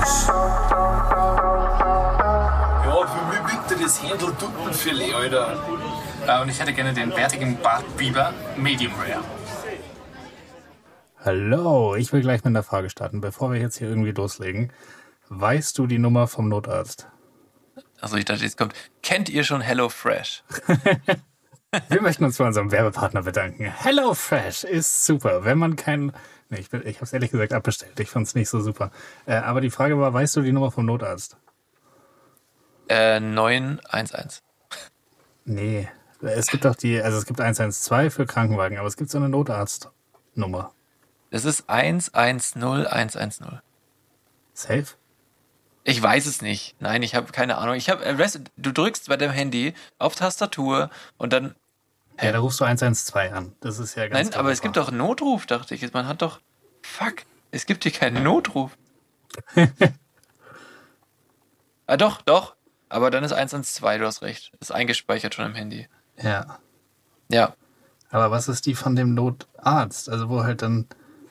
Ja, für mich bitte das Händel-Tuttenfilet, Alter. Und ich hätte gerne den bärtigen Bartbiber Medium Rare. Hallo, ich will gleich mit einer Frage starten, bevor wir jetzt hier irgendwie loslegen. Weißt du die Nummer vom Notarzt? Also ich dachte, jetzt kommt, kennt ihr schon HelloFresh? Wir möchten uns bei unserem Werbepartner bedanken. HelloFresh ist super, wenn man keinen... Nee, ich habe es ehrlich gesagt abbestellt, ich fand es nicht so super. Aber die Frage war, weißt du die Nummer vom Notarzt? 911. Nee, es gibt doch es gibt 112 für Krankenwagen, aber es gibt so eine Notarztnummer. Das ist 110110. Safe? Ich weiß es nicht. Nein, ich habe keine Ahnung. Du drückst bei dem Handy auf Tastatur und dann... Ja, da rufst du 112 an. Das ist ja ganz Nein, aber es gibt doch einen Notruf, dachte ich. Man hat doch... Fuck, es gibt hier keinen Notruf. Doch. Aber dann ist 112, du hast recht. Ist eingespeichert schon im Handy. Ja. Ja. Aber was ist die von dem Notarzt? Also wo halt dann...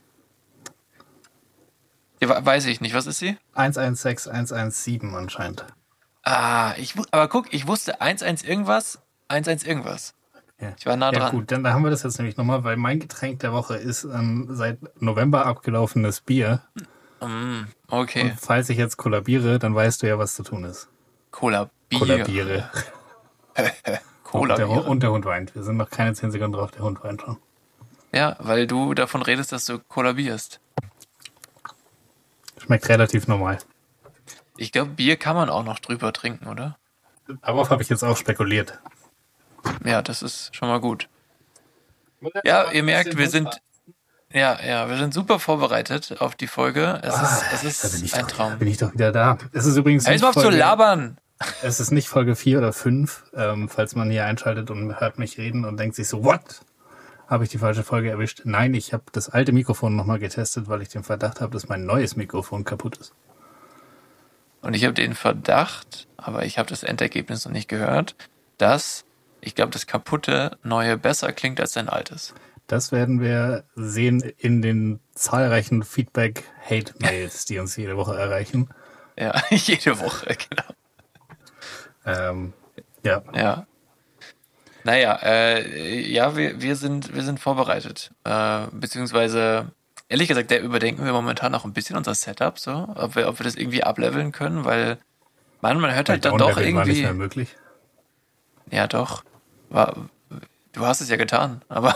Ja, weiß ich nicht. Was ist sie? 116, 117 anscheinend. Aber guck, ich wusste 11 irgendwas. Ja. Ich war nah dran. Ja gut, dann haben wir das jetzt nämlich nochmal, weil mein Getränk der Woche ist seit November abgelaufenes Bier. Okay. Und falls ich jetzt kollabiere, dann weißt du ja, was zu tun ist. Kollabiere. Kollabiere. Und der Hund weint. Wir sind noch keine 10 Sekunden drauf, der Hund weint schon. Ja, weil du davon redest, dass du kollabierst. Schmeckt relativ normal. Ich glaube, Bier kann man auch noch drüber trinken, oder? Darauf habe ich jetzt auch spekuliert. Ja, das ist schon mal gut. Ja, ihr merkt, wir sind super vorbereitet auf die Folge. Es ist ein Traum. Bin ich doch wieder da. Es ist übrigens Jetzt mal auf zu labern. Es ist nicht Folge 4 oder 5, falls man hier einschaltet und hört mich reden und denkt sich so, what? Habe ich die falsche Folge erwischt? Nein, ich habe das alte Mikrofon nochmal getestet, weil ich den Verdacht habe, dass mein neues Mikrofon kaputt ist. Und ich habe den Verdacht, aber ich habe das Endergebnis noch nicht gehört, dass ich glaube, das kaputte neue besser klingt als dein altes. Das werden wir sehen in den zahlreichen Feedback-Hate-Mails, die uns jede Woche erreichen. Ja, jede Woche, genau. Ja. Naja, wir sind vorbereitet. Beziehungsweise, ehrlich gesagt, überdenken wir momentan auch ein bisschen unser Setup, so, ob wir das irgendwie ableveln können, weil man hört halt dann doch irgendwie... War nicht mehr möglich. Ja, doch. Du hast es ja getan, aber...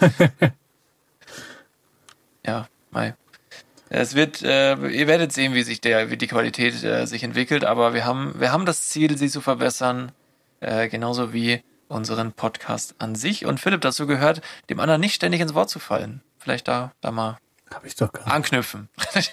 Ja, mei. Es wird, ihr werdet sehen, wie die Qualität sich entwickelt, aber wir haben das Ziel, sie zu verbessern, genauso wie unseren Podcast an sich. Und Philipp dazu gehört, dem anderen nicht ständig ins Wort zu fallen. Vielleicht da mal hab ich doch gar nicht. Anknüpfen.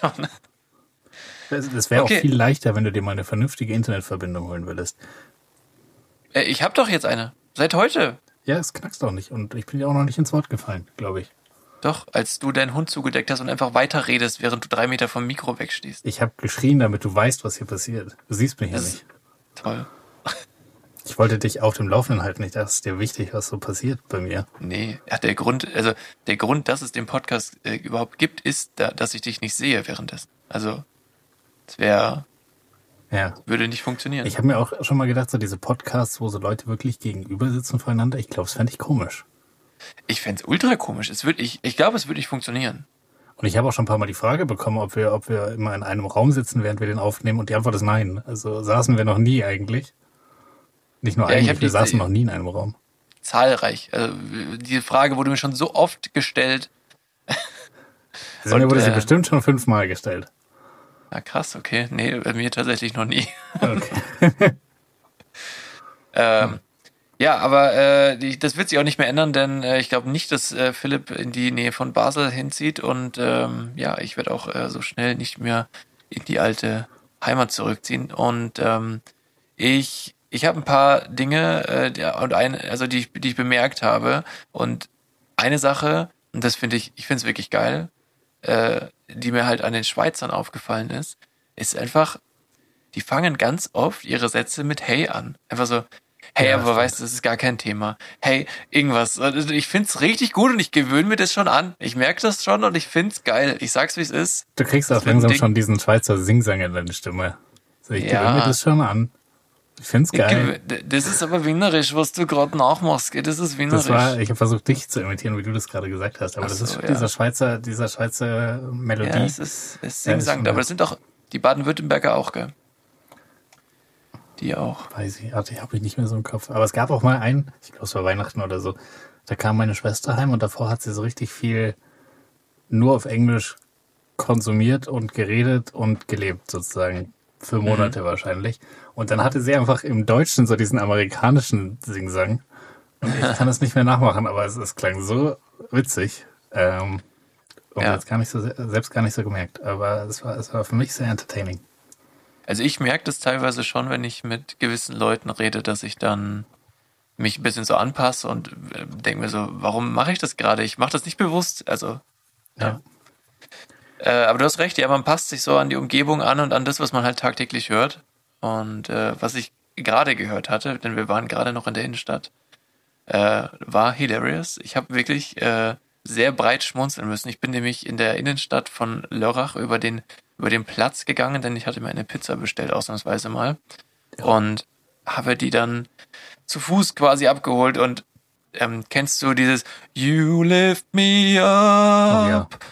Das wäre okay. Auch viel leichter, wenn du dir mal eine vernünftige Internetverbindung holen würdest. Ich habe doch jetzt eine. Seit heute. Ja, es knackst auch nicht. Und ich bin ja auch noch nicht ins Wort gefallen, glaube ich. Doch, als du deinen Hund zugedeckt hast und einfach weiterredest, während du 3 Meter vom Mikro wegstehst. Ich habe geschrien, damit du weißt, was hier passiert. Du siehst mich ja nicht. Toll. Ich wollte dich auf dem Laufenden halten. Ich dachte, es ist dir wichtig, was so passiert bei mir. Nee, ja, der Grund, dass es den Podcast überhaupt gibt, ist, dass ich dich nicht sehe währenddessen. Also, es würde nicht funktionieren. Ich habe mir auch schon mal gedacht, so diese Podcasts, wo so Leute wirklich gegenüber sitzen voneinander, ich glaube, das fände ich komisch. Ich fände es ultra komisch. Ich glaube, es würde nicht funktionieren. Und ich habe auch schon ein paar Mal die Frage bekommen, ob wir immer in einem Raum sitzen, während wir den aufnehmen. Und die Antwort ist nein. Also saßen wir noch nie eigentlich. Nicht nur eigentlich, wir saßen noch nie in einem Raum. Zahlreich. Also, die Frage wurde mir schon so oft gestellt. Also mir wurde sie bestimmt schon 5-mal gestellt. Na krass, okay. Nee, bei mir tatsächlich noch nie. Okay. Ja, aber das wird sich auch nicht mehr ändern, denn ich glaube nicht, dass Philipp in die Nähe von Basel hinzieht und ich werde auch so schnell nicht mehr in die alte Heimat zurückziehen. Und ich habe ein paar Dinge die ich bemerkt habe und eine Sache, und das finde ich es wirklich geil, die mir halt an den Schweizern aufgefallen ist einfach, die fangen ganz oft ihre Sätze mit Hey an. Einfach so, Hey, Ja, aber stimmt. weißt du, das ist gar kein Thema. Hey, irgendwas. Also ich find's richtig gut und ich gewöhne mir das schon an. Ich merke das schon und ich find's geil. Ich sag's, wie es ist. Du kriegst Das auch wird ein langsam Ding. schon diesen Schweizer Singsang in deine Stimme. So, ich gewöhne mir Ja, das schon an. Ich find's geil. das ist aber wienerisch, was du gerade nachmachst. Gell? Das ist wienerisch. Ich habe versucht, dich zu imitieren, wie du das gerade gesagt hast, aber Ach das ist so, schon ja. dieser Schweizer Ja, Melodie. es Ist Sing-Sang. schon Aber geil. das sind doch die Baden-Württemberger auch, gell? Die auch. Weiß ich, habe ich nicht mehr so im Kopf. Aber es gab auch mal einen, ich glaube, es war Weihnachten oder so, da kam meine Schwester heim und davor hat sie so richtig viel nur auf Englisch konsumiert und geredet und gelebt, sozusagen. Für Mhm. Monate wahrscheinlich. Und dann hatte sie einfach im Deutschen so diesen amerikanischen Singsang. Und ich kann das nicht mehr nachmachen, aber es klang so witzig. Und Ja. jetzt gar nicht so, selbst gar nicht so gemerkt. Aber es war für mich sehr entertaining. Also ich merke das teilweise schon, wenn ich mit gewissen Leuten rede, dass ich dann mich ein bisschen so anpasse und denke mir so, warum mache ich das gerade? Ich mache das nicht bewusst. Also, ja. Ja. Aber du hast recht, ja, man passt sich so an die Umgebung an und an das, was man halt tagtäglich hört. Und was ich gerade gehört hatte, denn wir waren gerade noch in der Innenstadt, war hilarious. Ich habe wirklich sehr breit schmunzeln müssen. Ich bin nämlich in der Innenstadt von Lörrach über den Platz gegangen, denn ich hatte mir eine Pizza bestellt, ausnahmsweise mal. Und habe die dann zu Fuß quasi abgeholt und kennst du dieses You lift me Oh ja. up?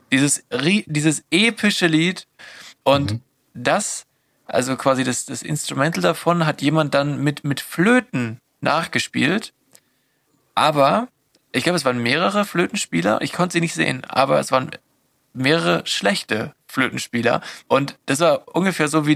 Dieses epische Lied und Mhm. das, also quasi das Instrumental davon hat jemand dann mit Flöten nachgespielt, aber ich glaube, es waren mehrere Flötenspieler, ich konnte sie nicht sehen, aber es waren mehrere schlechte Flötenspieler und das war ungefähr so wie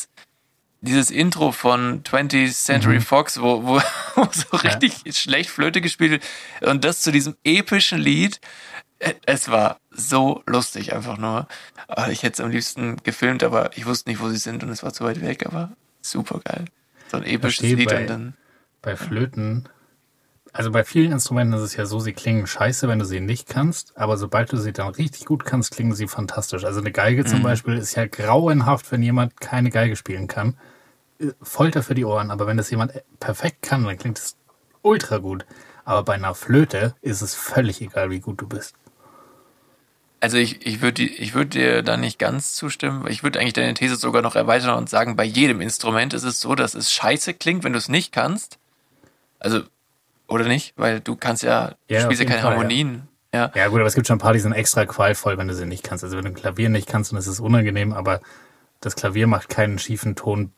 dieses Intro von 20th Century Mhm. Fox, wo so Ja. richtig schlecht Flöte gespielt wird. Und das zu diesem epischen Lied. Es war so lustig einfach nur. Ich hätte es am liebsten gefilmt, aber ich wusste nicht, wo sie sind und es war zu weit weg, aber super geil. So ein Ich episches verstehe Lied und dann, bei Flöten, also bei vielen Instrumenten ist es ja so, sie klingen scheiße, wenn du sie nicht kannst, aber sobald du sie dann richtig gut kannst, klingen sie fantastisch. Also eine Geige zum mm, Beispiel ist ja grauenhaft, wenn jemand keine Geige spielen kann. Folter für die Ohren, aber wenn das jemand perfekt kann, dann klingt es ultra gut. Aber bei einer Flöte ist es völlig egal, wie gut du bist. also ich würde dir da nicht ganz zustimmen. Ich würde eigentlich deine These sogar noch erweitern und sagen, bei jedem Instrument ist es so, dass es scheiße klingt, wenn du es nicht kannst. Also, oder nicht? Weil du kannst ja, du Ja, auf spielst ja jeden keine Fall, ja. Harmonien. Ja, Ja gut, aber es gibt schon ein paar, die sind extra qualvoll, wenn du sie nicht kannst. Also wenn du ein Klavier nicht kannst, dann ist es unangenehm, aber das Klavier macht keinen schiefen Ton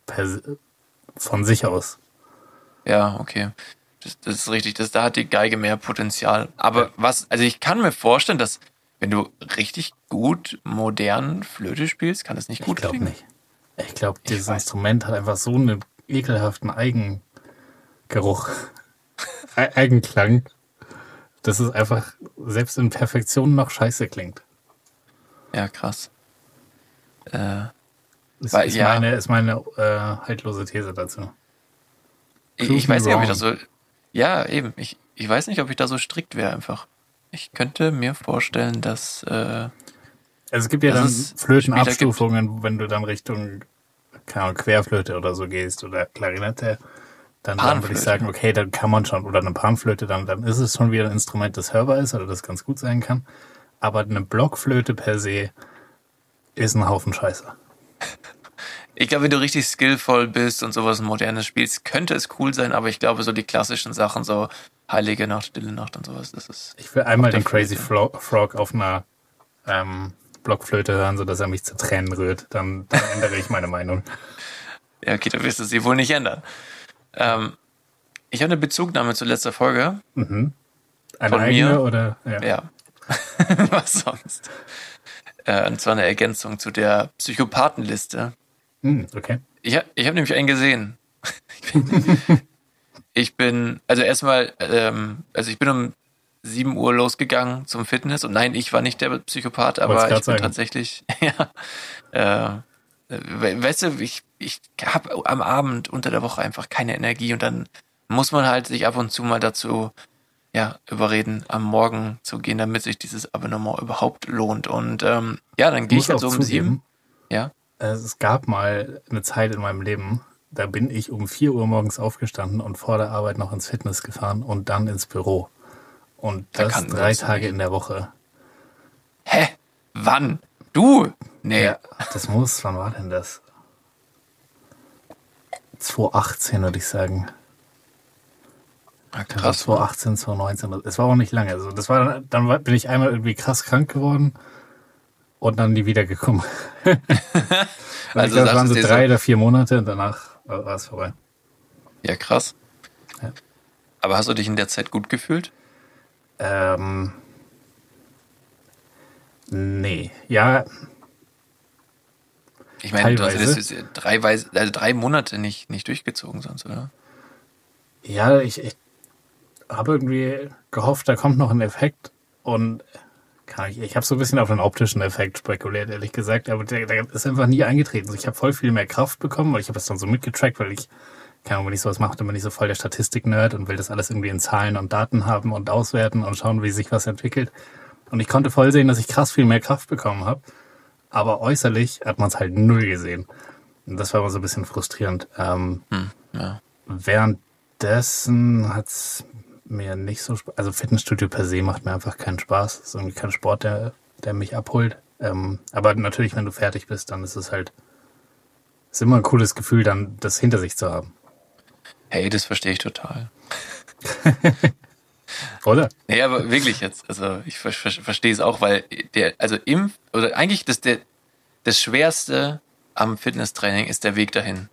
von sich aus. ja, okay. Das ist richtig. Da hat die Geige mehr Potenzial. Ja. Aber also ich kann mir vorstellen, dass wenn du richtig gut modern Flöte spielst, kann es nicht Ich gut glaube klingen. nicht. Ich glaube, Ich dieses weiß. Instrument hat einfach so einen ekelhaften Eigengeruch, Eigenklang, dass es einfach selbst in Perfektion noch scheiße klingt. Ja, krass. Äh, Ist, weil, ist ja, meine, ist meine haltlose These dazu. Prove ich me weiß nicht, ob ich da wrong. so. Ja, eben. Ich weiß nicht, ob ich da so strikt wäre einfach. Ich könnte mir vorstellen, Also es gibt ja dass dann es Spieler gibt. Flötenabstufungen, wenn du dann Richtung keine Ahnung, Querflöte oder so gehst oder Klarinette, dann würde ich sagen, Panflöte. okay, dann kann man schon, oder eine Panflöte, dann ist es schon wieder ein Instrument, das hörbar ist oder das ganz gut sein kann. Aber eine Blockflöte per se ist ein Haufen Scheiße. Ich glaube, wenn du richtig skillvoll bist und sowas Modernes spielst, könnte es cool sein, aber ich glaube, so die klassischen Sachen, so Heilige Nacht, Stille Nacht und sowas, das ist Ich will auf einmal der den Crazy Flöte. Frog auf einer Blockflöte hören, sodass er mich zu Tränen rührt. Dann ändere ich meine Meinung. Ja, okay, da wirst du sie wohl nicht ändern. Ähm, Ich habe eine Bezugnahme zur letzten Folge Eine von eigene mir. oder? Ja. Ja, was sonst? Und zwar eine Ergänzung zu der Psychopathenliste. Okay. Ich hab nämlich einen gesehen. Also erstmal, also ich bin um 7 Uhr losgegangen zum Fitness und nein, ich war nicht der Psychopath, Wollte es aber gerade ich bin sagen. tatsächlich, ja, weißt du, ich habe am Abend unter der Woche einfach keine Energie und dann muss man halt sich ab und zu mal dazu, ja, überreden, am Morgen zu gehen, damit sich dieses Abonnement überhaupt lohnt. Und ja, dann Ich gehe muss ich halt auch so um 7, zugeben, ja. es gab mal eine Zeit in meinem Leben, Da bin ich um 4 Uhr morgens aufgestanden und vor der Arbeit noch ins Fitness gefahren und dann ins Büro. Und das 3 Tage in der Woche. Hä? Wann? Du? Nee. Ja, wann war denn das? 2018 würde ich sagen. Krass. 2018, 2019. Es war auch nicht lange. Also dann bin ich einmal irgendwie krass krank geworden und dann nie wiedergekommen. Also das waren so 3 oder 4 Monate und danach war es vorbei. Ja, krass. Ja. Aber hast du dich in der Zeit gut gefühlt? Nee. Ja. Ich meine, du hast das 3 Monate nicht durchgezogen sonst, oder? Ja, ich habe irgendwie gehofft, da kommt noch ein Effekt und ich habe so ein bisschen auf den optischen Effekt spekuliert, ehrlich gesagt, aber der ist einfach nie eingetreten. Also ich habe voll viel mehr Kraft bekommen, weil ich habe das dann so mitgetrackt, weil ich, keine Ahnung, wenn ich sowas mache, dann bin ich so voll der Statistik-Nerd und will das alles irgendwie in Zahlen und Daten haben und auswerten und schauen, wie sich was entwickelt. Und ich konnte voll sehen, dass ich krass viel mehr Kraft bekommen habe, aber äußerlich hat man es halt null gesehen. Und das war immer so ein bisschen frustrierend. Ja. Währenddessen hat's mir nicht so Spaß. Also Fitnessstudio per se macht mir einfach keinen Spaß. Es ist irgendwie kein Sport, der mich abholt. Aber natürlich, wenn du fertig bist, dann ist es immer ein cooles Gefühl, dann das hinter sich zu haben. Hey, das verstehe ich total. Oder? Ja, aber wirklich jetzt. Also ich verstehe es auch, weil eigentlich das Schwerste am Fitnesstraining ist der Weg dahin.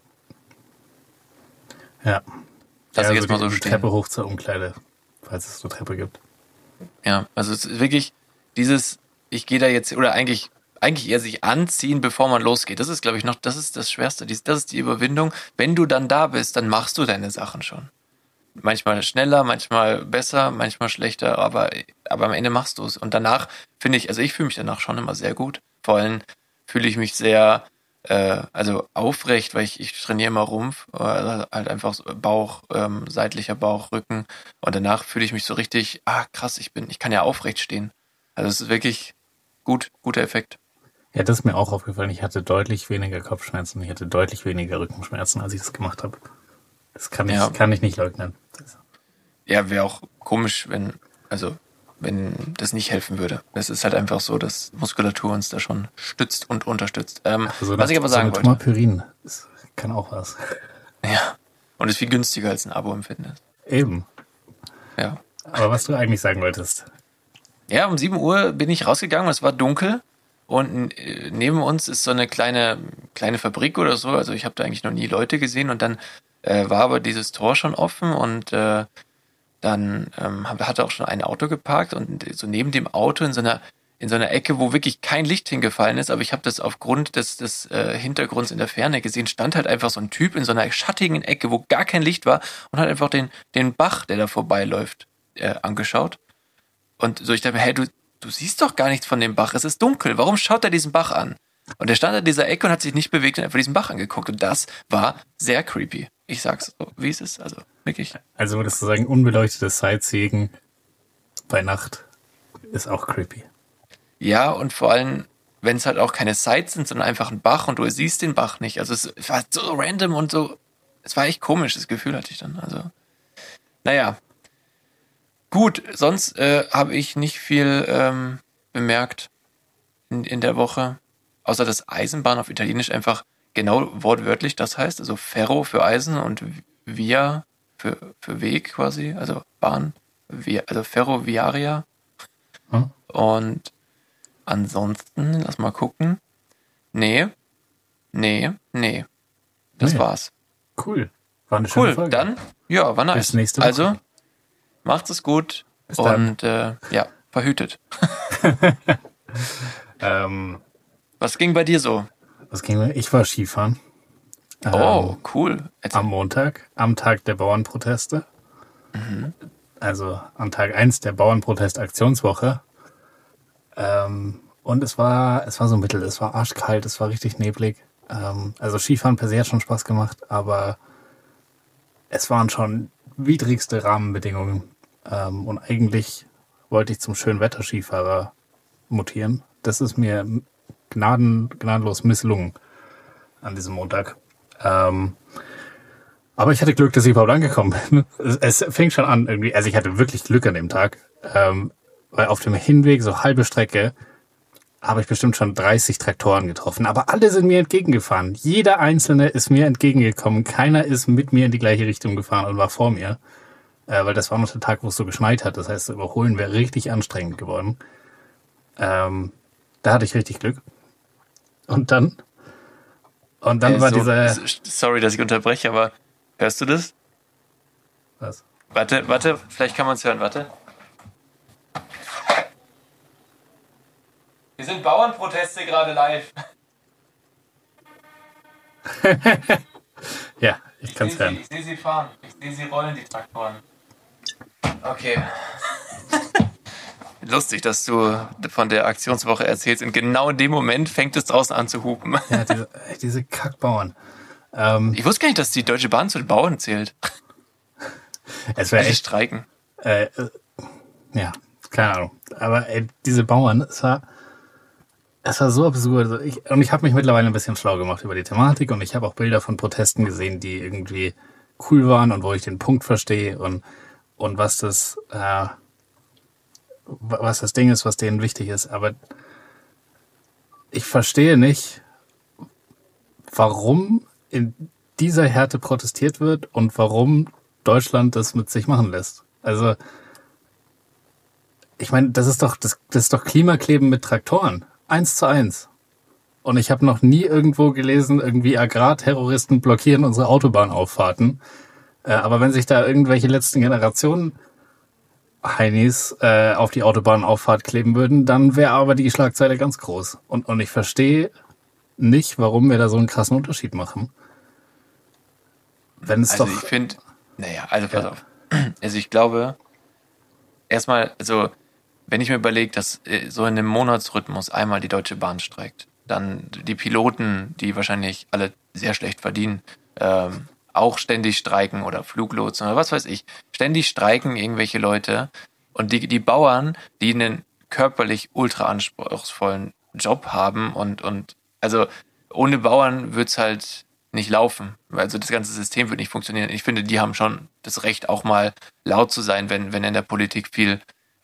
Ja. Lass ich also jetzt mal so die stehen. Treppe hoch zur Umkleide, falls es eine Treppe gibt. Ja, also es ist wirklich ich gehe da jetzt, oder eigentlich eher sich anziehen, bevor man losgeht. Das ist, glaube ich, das ist das Schwerste. Das ist die Überwindung. Wenn du dann da bist, dann machst du deine Sachen schon. Manchmal schneller, manchmal besser, manchmal schlechter, aber am Ende machst du es. Und danach ich fühle mich danach schon immer sehr gut. Vor allem fühle ich mich sehr aufrecht, weil ich trainiere immer Rumpf, halt einfach so Bauch, seitlicher Bauch, Rücken, und danach fühle ich mich so richtig, krass, ich kann ja aufrecht stehen. Also es ist wirklich guter Effekt. Ja, das ist mir auch aufgefallen. Ich hatte deutlich weniger Kopfschmerzen, ich hatte deutlich weniger Rückenschmerzen, als ich das gemacht habe. Das kann ich nicht leugnen. Ja, wäre auch komisch, wenn das nicht helfen würde. Es ist halt einfach so, dass Muskulatur uns da schon stützt und unterstützt. Was ich aber sagen wollte. Tomapyrin, das kann auch was. Ja, und ist viel günstiger als ein Abo im Fitness. Eben. Ja. Aber was du eigentlich sagen wolltest. Ja, um 7 Uhr bin ich rausgegangen, es war dunkel und neben uns ist so eine kleine Fabrik oder so. Also ich habe da eigentlich noch nie Leute gesehen und dann war aber dieses Tor schon offen und dann hatte auch schon ein Auto geparkt und so neben dem Auto in so einer Ecke, wo wirklich kein Licht hingefallen ist, aber ich habe das aufgrund des Hintergrunds in der Ferne gesehen, stand halt einfach so ein Typ in so einer schattigen Ecke, wo gar kein Licht war und hat einfach den Bach, der da vorbeiläuft, angeschaut. Und so, ich dachte mir, hey, du siehst doch gar nichts von dem Bach, es ist dunkel, warum schaut er diesen Bach an? Und er stand an dieser Ecke und hat sich nicht bewegt und einfach diesen Bach angeguckt und das war sehr creepy. Ich sag's so, wie es ist, also wirklich. Also würdest du sagen, unbeleuchtetes Sightseeing bei Nacht ist auch creepy. Ja, und vor allem, wenn es halt auch keine Sites sind, sondern einfach ein Bach und du siehst den Bach nicht. Also es war so random und so, es war echt komisch, das Gefühl hatte ich dann. Also, naja. Gut, sonst habe ich nicht viel bemerkt in der Woche, außer dass Eisenbahn auf Italienisch einfach genau wortwörtlich das heißt, also Ferro für Eisen und Via für Weg quasi, also Bahn, also Ferroviaria. Und ansonsten, lass mal gucken. Nee. Das war's. Cool. War eine schöne Folge. Dann, ja, war nice. Bis nächste Woche. Also, macht's es gut und verhütet. Was ging bei dir so? Ich war Skifahren. Cool. Am Montag, am Tag der Bauernproteste. Mhm. Also am Tag 1 der Bauernprotest-Aktionswoche. Und es war so mittel, es war arschkalt, es war richtig neblig. Also Skifahren per se hat schon Spaß gemacht, aber es waren schon widrigste Rahmenbedingungen. Und eigentlich wollte ich zum Schönwetter-Skifahrer mutieren. Das ist mir gnadenlos misslungen an diesem Montag. Aber ich hatte Glück, dass ich überhaupt angekommen bin. Es fing schon an irgendwie, also ich hatte wirklich Glück an dem Tag, weil auf dem Hinweg, so halbe Strecke, habe ich bestimmt schon 30 Traktoren getroffen. Aber alle sind mir entgegengefahren. Jeder Einzelne ist mir entgegengekommen. Keiner ist mit mir in die gleiche Richtung gefahren und war vor mir. Weil das war noch der Tag, wo es so geschneit hat. Das heißt, überholen wäre richtig anstrengend geworden. Da hatte ich richtig Glück. Und dann war dieser... Sorry, dass ich unterbreche, aber hörst du das? Was? Warte, vielleicht kann man es hören, warte. Wir sind Bauernproteste gerade live. Ja, ich kann es hören. Ich sehe sie fahren. Ich sehe sie rollen, die Traktoren. Okay. Lustig, dass du von der Aktionswoche erzählst und genau in dem Moment fängt es draußen an zu hupen. Ja, diese Kackbauern. Ich wusste gar nicht, dass die Deutsche Bahn zu den Bauern zählt. Es wäre echt... Streiken. Ja, keine Ahnung. Aber diese Bauern, es war so absurd. Ich habe mich mittlerweile ein bisschen schlau gemacht über die Thematik und ich habe auch Bilder von Protesten gesehen, die irgendwie cool waren und wo ich den Punkt verstehe und was das Ding ist, was denen wichtig ist. Aber ich verstehe nicht, warum in dieser Härte protestiert wird und warum Deutschland das mit sich machen lässt. Also, ich meine, das ist doch Klimakleben mit Traktoren. 1:1. Und ich habe noch nie irgendwo gelesen, irgendwie Agrarterroristen blockieren unsere Autobahnauffahrten. Aber wenn sich da irgendwelche letzten Generationen Heinis auf die Autobahnauffahrt kleben würden, dann wäre aber die Schlagzeile ganz groß. Und ich verstehe nicht, warum wir da so einen krassen Unterschied machen. Wenn es Also doch... ich finde, pass auf. Also ich glaube, erstmal, also wenn ich mir überlege, dass so in einem Monatsrhythmus einmal die Deutsche Bahn streikt, dann die Piloten, die wahrscheinlich alle sehr schlecht verdienen, auch ständig streiken oder Fluglotsen oder was weiß ich, ständig streiken irgendwelche Leute und die Bauern, die einen körperlich ultra anspruchsvollen Job haben und also ohne Bauern wird's halt nicht laufen. Also das ganze System wird nicht funktionieren. Ich finde, die haben schon das Recht, auch mal laut zu sein, wenn in der Politik viel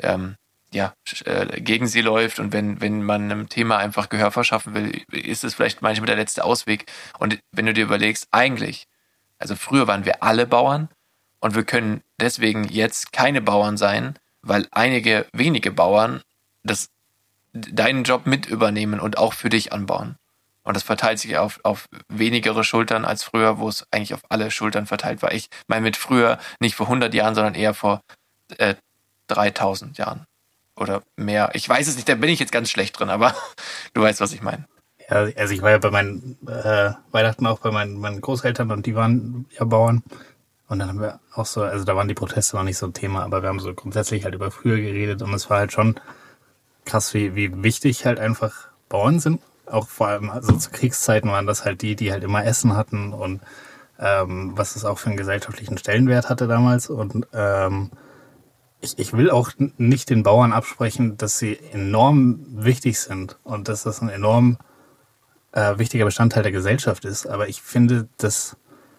gegen sie läuft und wenn man einem Thema einfach Gehör verschaffen will, ist es vielleicht manchmal der letzte Ausweg. Und wenn du dir überlegst, eigentlich, also früher waren wir alle Bauern und wir können deswegen jetzt keine Bauern sein, weil einige wenige Bauern deinen Job mit übernehmen und auch für dich anbauen. Und das verteilt sich auf wenigere Schultern als früher, wo es eigentlich auf alle Schultern verteilt war. Ich meine mit früher nicht vor 100 Jahren, sondern eher vor 3000 Jahren oder mehr. Ich weiß es nicht, da bin ich jetzt ganz schlecht drin, aber du weißt, was ich meine. Ja, also ich war ja bei meinen Weihnachten auch bei meinen Großeltern und die waren ja Bauern. Und dann haben wir auch so, also da waren die Proteste noch nicht so ein Thema, aber wir haben so grundsätzlich halt über früher geredet und es war halt schon krass, wie wichtig halt einfach Bauern sind. Auch vor allem, also zu Kriegszeiten waren das halt die halt immer Essen hatten und was es auch für einen gesellschaftlichen Stellenwert hatte damals. Und ich will auch nicht den Bauern absprechen, dass sie enorm wichtig sind und dass das ein enorm wichtiger Bestandteil der Gesellschaft ist. Aber ich finde, dass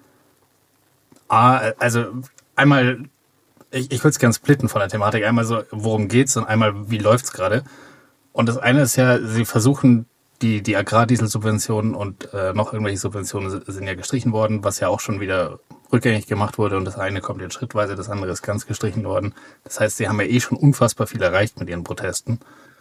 also einmal, ich würde es gerne splitten von der Thematik. Einmal so, worum geht's und einmal, wie läuft's gerade. Und das eine ist ja, sie versuchen die Agrardieselsubventionen und noch irgendwelche Subventionen sind ja gestrichen worden, was ja auch schon wieder rückgängig gemacht wurde und das eine kommt jetzt schrittweise, das andere ist ganz gestrichen worden. Das heißt, sie haben ja schon unfassbar viel erreicht mit ihren Protesten.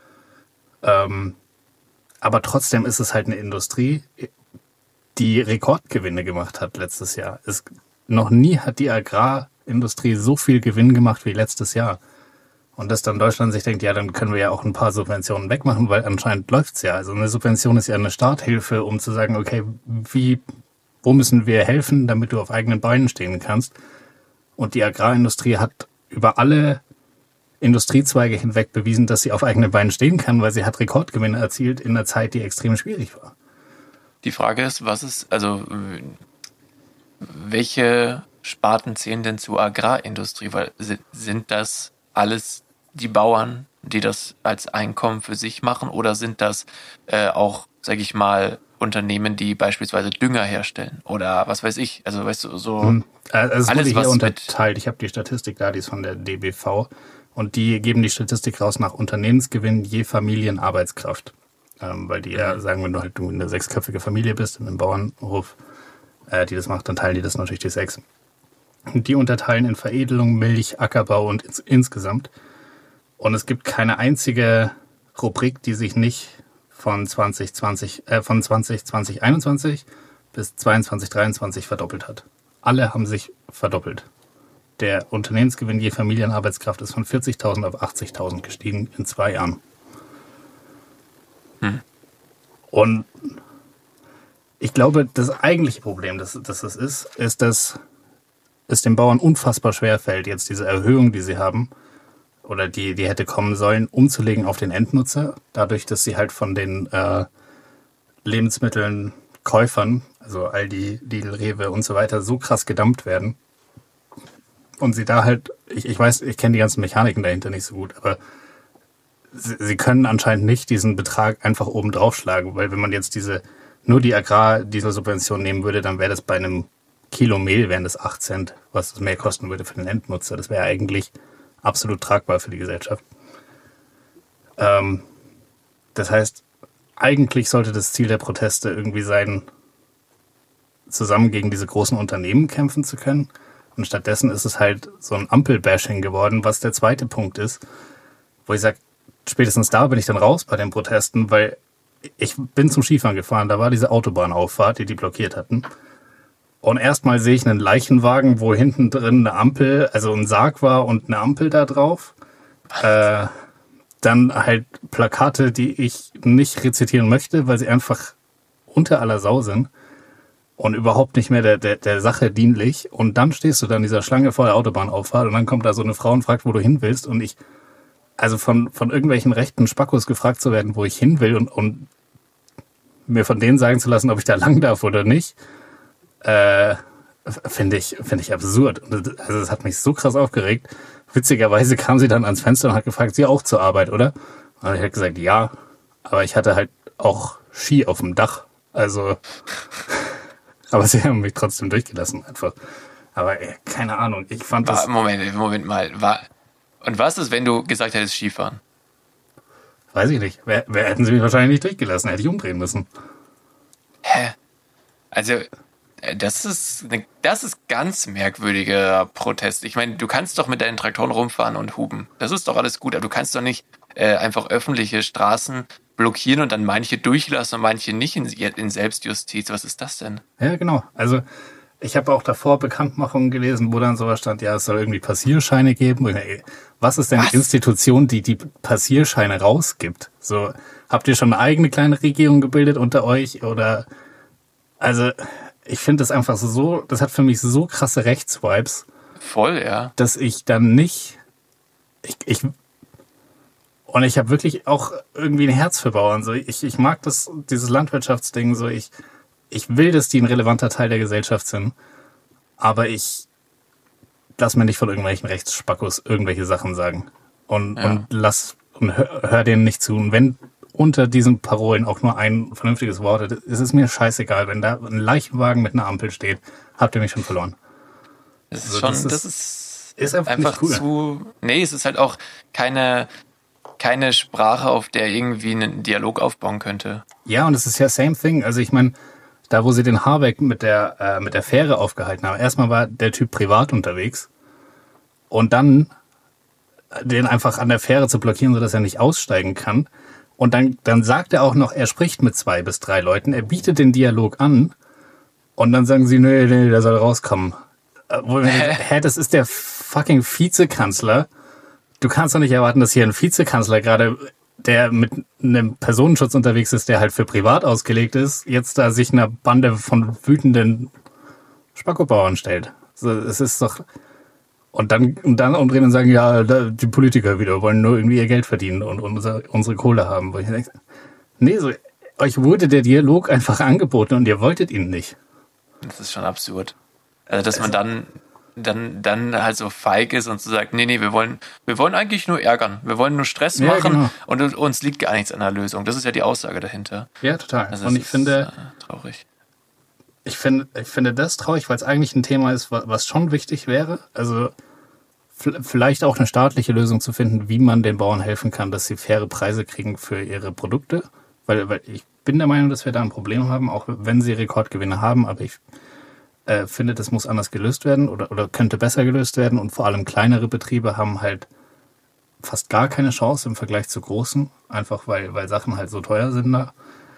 Aber trotzdem ist es halt eine Industrie, die Rekordgewinne gemacht hat letztes Jahr. Noch nie hat die Agrarindustrie so viel Gewinn gemacht wie letztes Jahr. Und dass dann Deutschland sich denkt, ja, dann können wir ja auch ein paar Subventionen wegmachen, weil anscheinend läuft's ja. Also eine Subvention ist ja eine Starthilfe, um zu sagen, okay, wo müssen wir helfen, damit du auf eigenen Beinen stehen kannst? Und die Agrarindustrie hat über alle Industriezweige hinweg bewiesen, dass sie auf eigenen Beinen stehen kann, weil sie hat Rekordgewinne erzielt in einer Zeit, die extrem schwierig war. Die Frage ist, welche Sparten zählen denn zur Agrarindustrie? Weil sind das alles die Bauern, die das als Einkommen für sich machen, oder sind das auch, sage ich mal, Unternehmen, die beispielsweise Dünger herstellen oder was weiß ich. Also weißt du, so Also es alles, wurde was hier unterteilt. Ich habe die Statistik da, die ist von der DBV. Und die geben die Statistik raus nach Unternehmensgewinn je Familienarbeitskraft. Weil die ja sagen, wenn du halt eine sechsköpfige Familie bist in einem Bauernhof, die das macht, dann teilen die das natürlich die 6. Und die unterteilen in Veredelung, Milch, Ackerbau und insgesamt. Und es gibt keine einzige Rubrik, die sich nicht von 2021 bis 22, 23 verdoppelt hat. Alle haben sich verdoppelt. Der Unternehmensgewinn je Familienarbeitskraft ist von 40.000 auf 80.000 gestiegen in 2 Jahren. Und ich glaube, das eigentliche Problem, das ist, dass es den Bauern unfassbar schwer fällt, jetzt diese Erhöhung, die sie haben, oder die hätte kommen sollen, umzulegen auf den Endnutzer, dadurch, dass sie halt von den Lebensmitteln Käufern, also Aldi, Lidl, Rewe und so weiter, so krass gedumpt werden. Und sie da halt, ich weiß, ich kenne die ganzen Mechaniken dahinter nicht so gut, aber sie können anscheinend nicht diesen Betrag einfach oben draufschlagen, weil wenn man jetzt nur die Agrardieselsubvention nehmen würde, dann wäre das bei einem Kilo Mehl wären das 8 Cent, was es mehr kosten würde für den Endnutzer. Das wäre eigentlich absolut tragbar für die Gesellschaft. Das heißt, eigentlich sollte das Ziel der Proteste irgendwie sein, zusammen gegen diese großen Unternehmen kämpfen zu können. Und stattdessen ist es halt so ein Ampel-Bashing geworden, was der zweite Punkt ist, wo ich sage, spätestens da bin ich dann raus bei den Protesten, weil ich bin zum Skifahren gefahren, da war diese Autobahnauffahrt, die blockiert hatten. Und erstmal sehe ich einen Leichenwagen, wo hinten drin eine Ampel, also ein Sarg war und eine Ampel da drauf. Dann halt Plakate, die ich nicht rezitieren möchte, weil sie einfach unter aller Sau sind und überhaupt nicht mehr der Sache dienlich. Und dann stehst du da in dieser Schlange vor der Autobahnauffahrt und dann kommt da so eine Frau und fragt, wo du hin willst. Und also von irgendwelchen rechten Spackos gefragt zu werden, wo ich hin will und mir von denen sagen zu lassen, ob ich da lang darf oder nicht, finde ich absurd. Also das hat mich so krass aufgeregt. Witzigerweise kam sie dann ans Fenster und hat gefragt, Sie auch zur Arbeit, oder? Und ich habe gesagt, ja, aber ich hatte halt auch Ski auf dem Dach. Also, aber sie haben mich trotzdem durchgelassen einfach. Aber keine Ahnung, ich fand das... Moment mal. Und was ist, wenn du gesagt hättest Skifahren? Weiß ich nicht. Hätten sie mich wahrscheinlich nicht durchgelassen, hätte ich umdrehen müssen. Hä? Also... Das ist ganz merkwürdiger Protest. Ich meine, du kannst doch mit deinen Traktoren rumfahren und hupen. Das ist doch alles gut, aber du kannst doch nicht einfach öffentliche Straßen blockieren und dann manche durchlassen und manche nicht in Selbstjustiz. Was ist das denn? Ja, genau. Also ich habe auch davor Bekanntmachungen gelesen, wo dann sowas stand, ja, es soll irgendwie Passierscheine geben. Was ist denn die Institution, die Passierscheine rausgibt? So, habt ihr schon eine eigene kleine Regierung gebildet unter euch? Oder, also... Ich finde das einfach das hat für mich so krasse Rechtsvibes. Voll, ja. Dass ich dann nicht, und ich habe wirklich auch irgendwie ein Herz für Bauern. So, ich mag dieses Landwirtschaftsding, so, ich will, dass die ein relevanter Teil der Gesellschaft sind. Aber ich lass mir nicht von irgendwelchen Rechtsspackos irgendwelche Sachen sagen. Und hör denen nicht zu. Und wenn unter diesen Parolen auch nur ein vernünftiges Wort ist es mir scheißegal. Wenn da ein Leichenwagen mit einer Ampel steht, habt ihr mich schon verloren. Das ist also, ist einfach nicht cool. Es ist halt auch keine Sprache, auf der irgendwie einen Dialog aufbauen könnte. Ja, und es ist ja same thing. Also ich meine, da wo sie den Habeck mit der Fähre aufgehalten haben, erstmal war der Typ privat unterwegs und dann den einfach an der Fähre zu blockieren, sodass er nicht aussteigen kann. Und dann sagt er auch noch, er spricht mit 2 bis 3 Leuten, er bietet den Dialog an und dann sagen sie, nee, der soll rauskommen. Das ist der fucking Vizekanzler. Du kannst doch nicht erwarten, dass hier ein Vizekanzler gerade, der mit einem Personenschutz unterwegs ist, der halt für privat ausgelegt ist, jetzt da sich einer Bande von wütenden Spackobauern stellt. So, es ist doch... Und dann umdrehen und sagen, ja, die Politiker wieder wollen nur irgendwie ihr Geld verdienen und unsere Kohle haben. Wo ich denke, nee, so, euch wurde der Dialog einfach angeboten und ihr wolltet ihn nicht. Das ist schon absurd. Also, dass man dann dann halt so feig ist und so sagt, nee, wir wollen eigentlich nur ärgern. Wir wollen nur Stress machen genau. und uns liegt gar nichts an der Lösung. Das ist ja die Aussage dahinter. Ja, total. Also und ich finde, traurig. Ich finde das traurig, weil es eigentlich ein Thema ist, was schon wichtig wäre. Also vielleicht auch eine staatliche Lösung zu finden, wie man den Bauern helfen kann, dass sie faire Preise kriegen für ihre Produkte. Weil ich bin der Meinung, dass wir da ein Problem haben, auch wenn sie Rekordgewinne haben. Aber ich finde, das muss anders gelöst werden oder könnte besser gelöst werden. Und vor allem kleinere Betriebe haben halt fast gar keine Chance im Vergleich zu großen. Einfach weil Sachen halt so teuer sind da.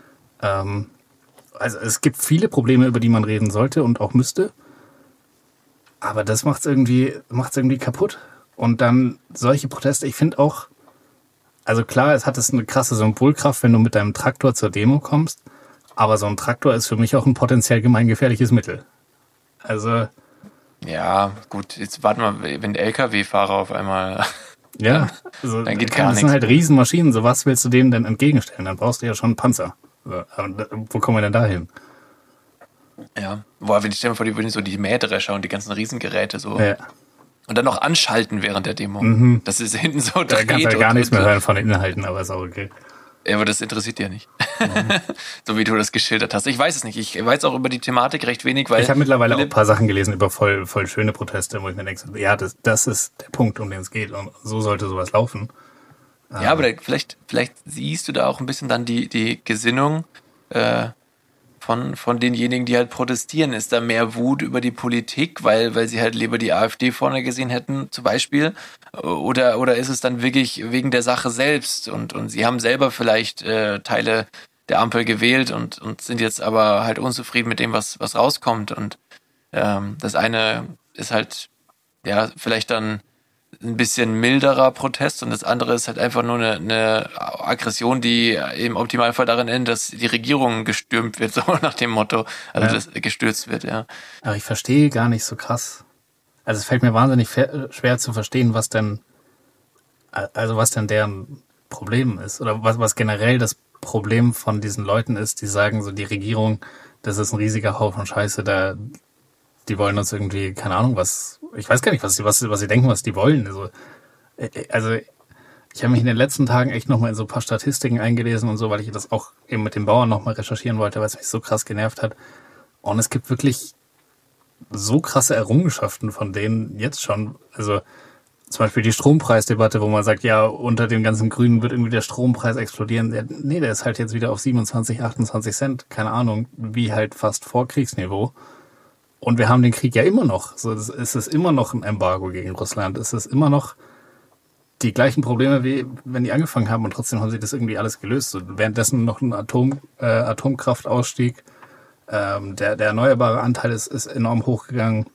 Also es gibt viele Probleme, über die man reden sollte und auch müsste. Aber das macht's irgendwie kaputt. Und dann solche Proteste, ich finde auch, also klar, es hat eine krasse Symbolkraft, wenn du mit deinem Traktor zur Demo kommst. Aber so ein Traktor ist für mich auch ein potenziell gemeingefährliches Mittel. Also. Ja, gut, jetzt warten wir, wenn der LKW-Fahrer auf einmal. Ja, also, dann geht gar nichts. Das sind halt Riesenmaschinen. So was willst du denen denn entgegenstellen? Dann brauchst du ja schon einen Panzer. Wo kommen wir denn da hin? Ja, wenn ich stelle mir vor, die würden so die Mähdrescher und die ganzen Riesengeräte so. Ja. Und dann noch anschalten während der Demo. Das ist hinten so Da kannst du ja gar nichts mehr hören von den Inhalten, aber ist auch okay. Ja, aber das interessiert ja nicht. So wie du das geschildert hast. Ich weiß es nicht. Ich weiß auch über die Thematik recht wenig, weil. Ich habe mittlerweile auch ein paar Sachen gelesen über voll schöne Proteste, wo ich mir denke, ja, das ist der Punkt, um den es geht. Und so sollte sowas laufen. Ja, aber vielleicht siehst du da auch ein bisschen dann die Gesinnung von denjenigen, die halt protestieren. Ist da mehr Wut über die Politik, weil sie halt lieber die AfD vorne gesehen hätten, zum Beispiel? Oder ist es dann wirklich wegen der Sache selbst? Und sie haben selber vielleicht Teile der Ampel gewählt und sind jetzt aber halt unzufrieden mit dem, was rauskommt. Und das eine ist halt ja vielleicht dann ein bisschen milderer Protest und das andere ist halt einfach nur eine Aggression, die im Optimalfall darin endet, dass die Regierung gestürmt wird, so nach dem Motto, also das gestürzt wird, ja. Aber ich verstehe gar nicht so krass. Also es fällt mir wahnsinnig schwer zu verstehen, was denn deren Problem ist oder was generell das Problem von diesen Leuten ist, die sagen so, die Regierung, das ist ein riesiger Haufen Scheiße, die wollen uns irgendwie, keine Ahnung, ich weiß gar nicht, was sie denken, was die wollen. Also ich habe mich in den letzten Tagen echt nochmal in so ein paar Statistiken eingelesen und so, weil ich das auch eben mit den Bauern nochmal recherchieren wollte, weil es mich so krass genervt hat. Und es gibt wirklich so krasse Errungenschaften von denen jetzt schon. Also zum Beispiel die Strompreisdebatte, wo man sagt, ja, unter dem ganzen Grünen wird irgendwie der Strompreis explodieren. Ja, nee, der ist halt jetzt wieder auf 27, 28 Cent, keine Ahnung, wie halt fast vor Kriegsniveau. Und wir haben den Krieg ja immer noch. So, es ist immer noch ein Embargo gegen Russland. Es ist immer noch die gleichen Probleme, wie wenn die angefangen haben. Und trotzdem haben sie das irgendwie alles gelöst. So, währenddessen noch ein Atomkraftausstieg. Der erneuerbare Anteil ist enorm hochgegangen.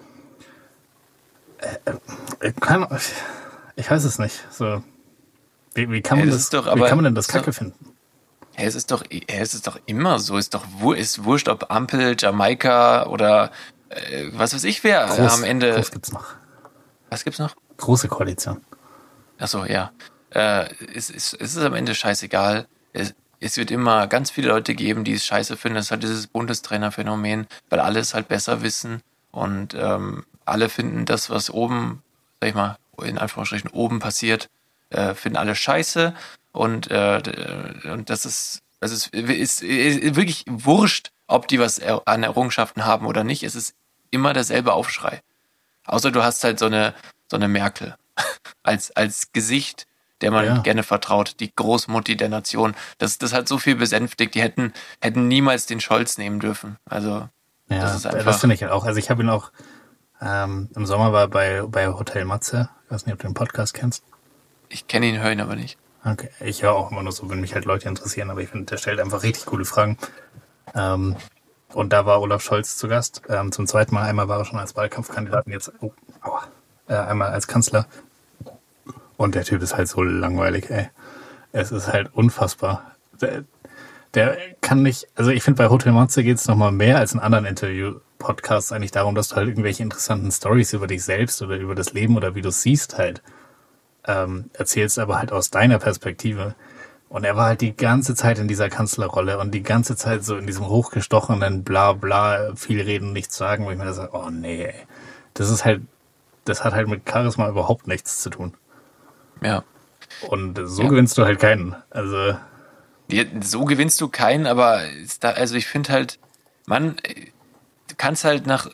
Ich weiß es nicht. So, wie kann man wie kann man denn das Kacke finden? Ja, es ist doch immer so. Ist wurscht, ob Ampel, Jamaika oder was weiß ich wer am Ende. Groß gibt's noch. Was gibt's noch? Große Koalition. Ach so, ja. Es ist am Ende scheißegal. Es wird immer ganz viele Leute geben, die es scheiße finden. Das ist halt dieses Bundestrainerphänomen, weil alle es halt besser wissen und alle finden das, was oben, sag ich mal, in Anführungsstrichen oben passiert, finden alle scheiße und das ist, also es ist wirklich wurscht, ob die was an Errungenschaften haben oder nicht. Es ist immer derselbe Aufschrei. Außer du hast halt so eine Merkel als Gesicht, der man gerne vertraut, die Großmutti der Nation. Das hat so viel besänftigt, die hätten niemals den Scholz nehmen dürfen. Also das ist einfach. Das finde ich halt auch. Also ich habe ihn auch im Sommer war bei Hotel Matze. Ich weiß nicht, ob du den Podcast kennst. Ich kenne ihn, höre ihn aber nicht. Okay, ich höre auch immer nur so, wenn mich halt Leute interessieren, aber ich finde, der stellt einfach richtig coole Fragen. Und da war Olaf Scholz zu Gast. Zum zweiten Mal, einmal war er schon als Wahlkampfkandidat und jetzt einmal als Kanzler. Und der Typ ist halt so langweilig, ey. Es ist halt unfassbar. Der kann nicht, also ich finde, bei Hotel Matze geht es nochmal mehr als in anderen Interview-Podcasts eigentlich darum, dass du halt irgendwelche interessanten Stories über dich selbst oder über das Leben oder wie du es siehst halt erzählst, aber halt aus deiner Perspektive. Und er war halt die ganze Zeit in dieser Kanzlerrolle und die ganze Zeit so in diesem hochgestochenen Bla bla, viel reden, nichts sagen, wo ich mir da sage, oh nee, ey. Das ist halt das hat halt mit Charisma überhaupt nichts zu tun. Ja. Und so gewinnst du halt keinen. Also So gewinnst du keinen, aber also ich finde halt, du kannst halt nach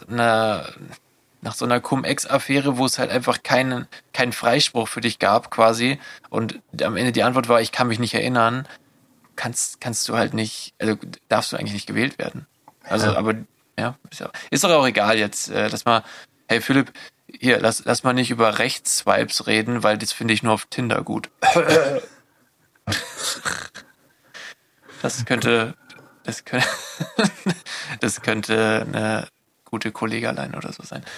so einer Cum-Ex-Affäre, wo es halt einfach keinen Freispruch für dich gab quasi und am Ende die Antwort war, ich kann mich nicht erinnern, kannst du halt nicht, also darfst du eigentlich nicht gewählt werden. Also, aber ja, ist doch auch egal jetzt, dass mal, hey Philipp, hier, lass mal nicht über Rechtsswipes reden, weil das finde ich nur auf Tinder gut. Das könnte eine gute Kollegerlein oder so sein.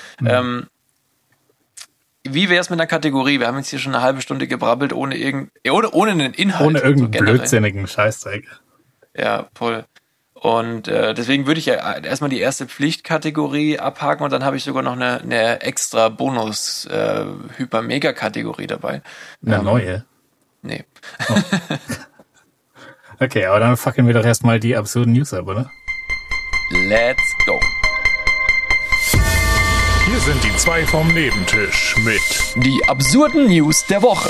Wie wäre es mit einer Kategorie? Wir haben jetzt hier schon eine halbe Stunde gebrabbelt, ohne einen Inhalt. Ohne irgendeinen blödsinnigen Scheißdreck. Ja, voll. Und deswegen würde ich ja erstmal die erste Pflichtkategorie abhaken und dann habe ich sogar noch eine extra Bonus-Hyper-Mega-Kategorie dabei. Eine neue? Nee. Oh. Okay, aber dann fucken wir doch erstmal die absurden News ab, oder? Let's go. Hier sind die zwei vom Nebentisch mit die absurden News der Woche.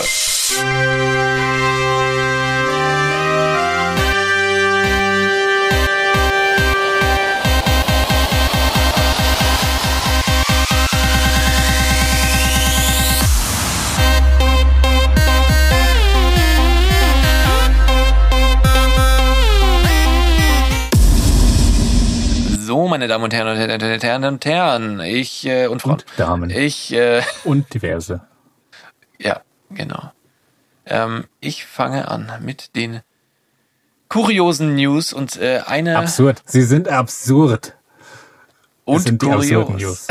So, meine Damen und Herren und Herren, ich und Frauen. Und Damen. Und diverse. Ja, genau. Ich fange an mit den kuriosen News und eine... Absurd. Sie sind absurd. Und das sind die absurden News.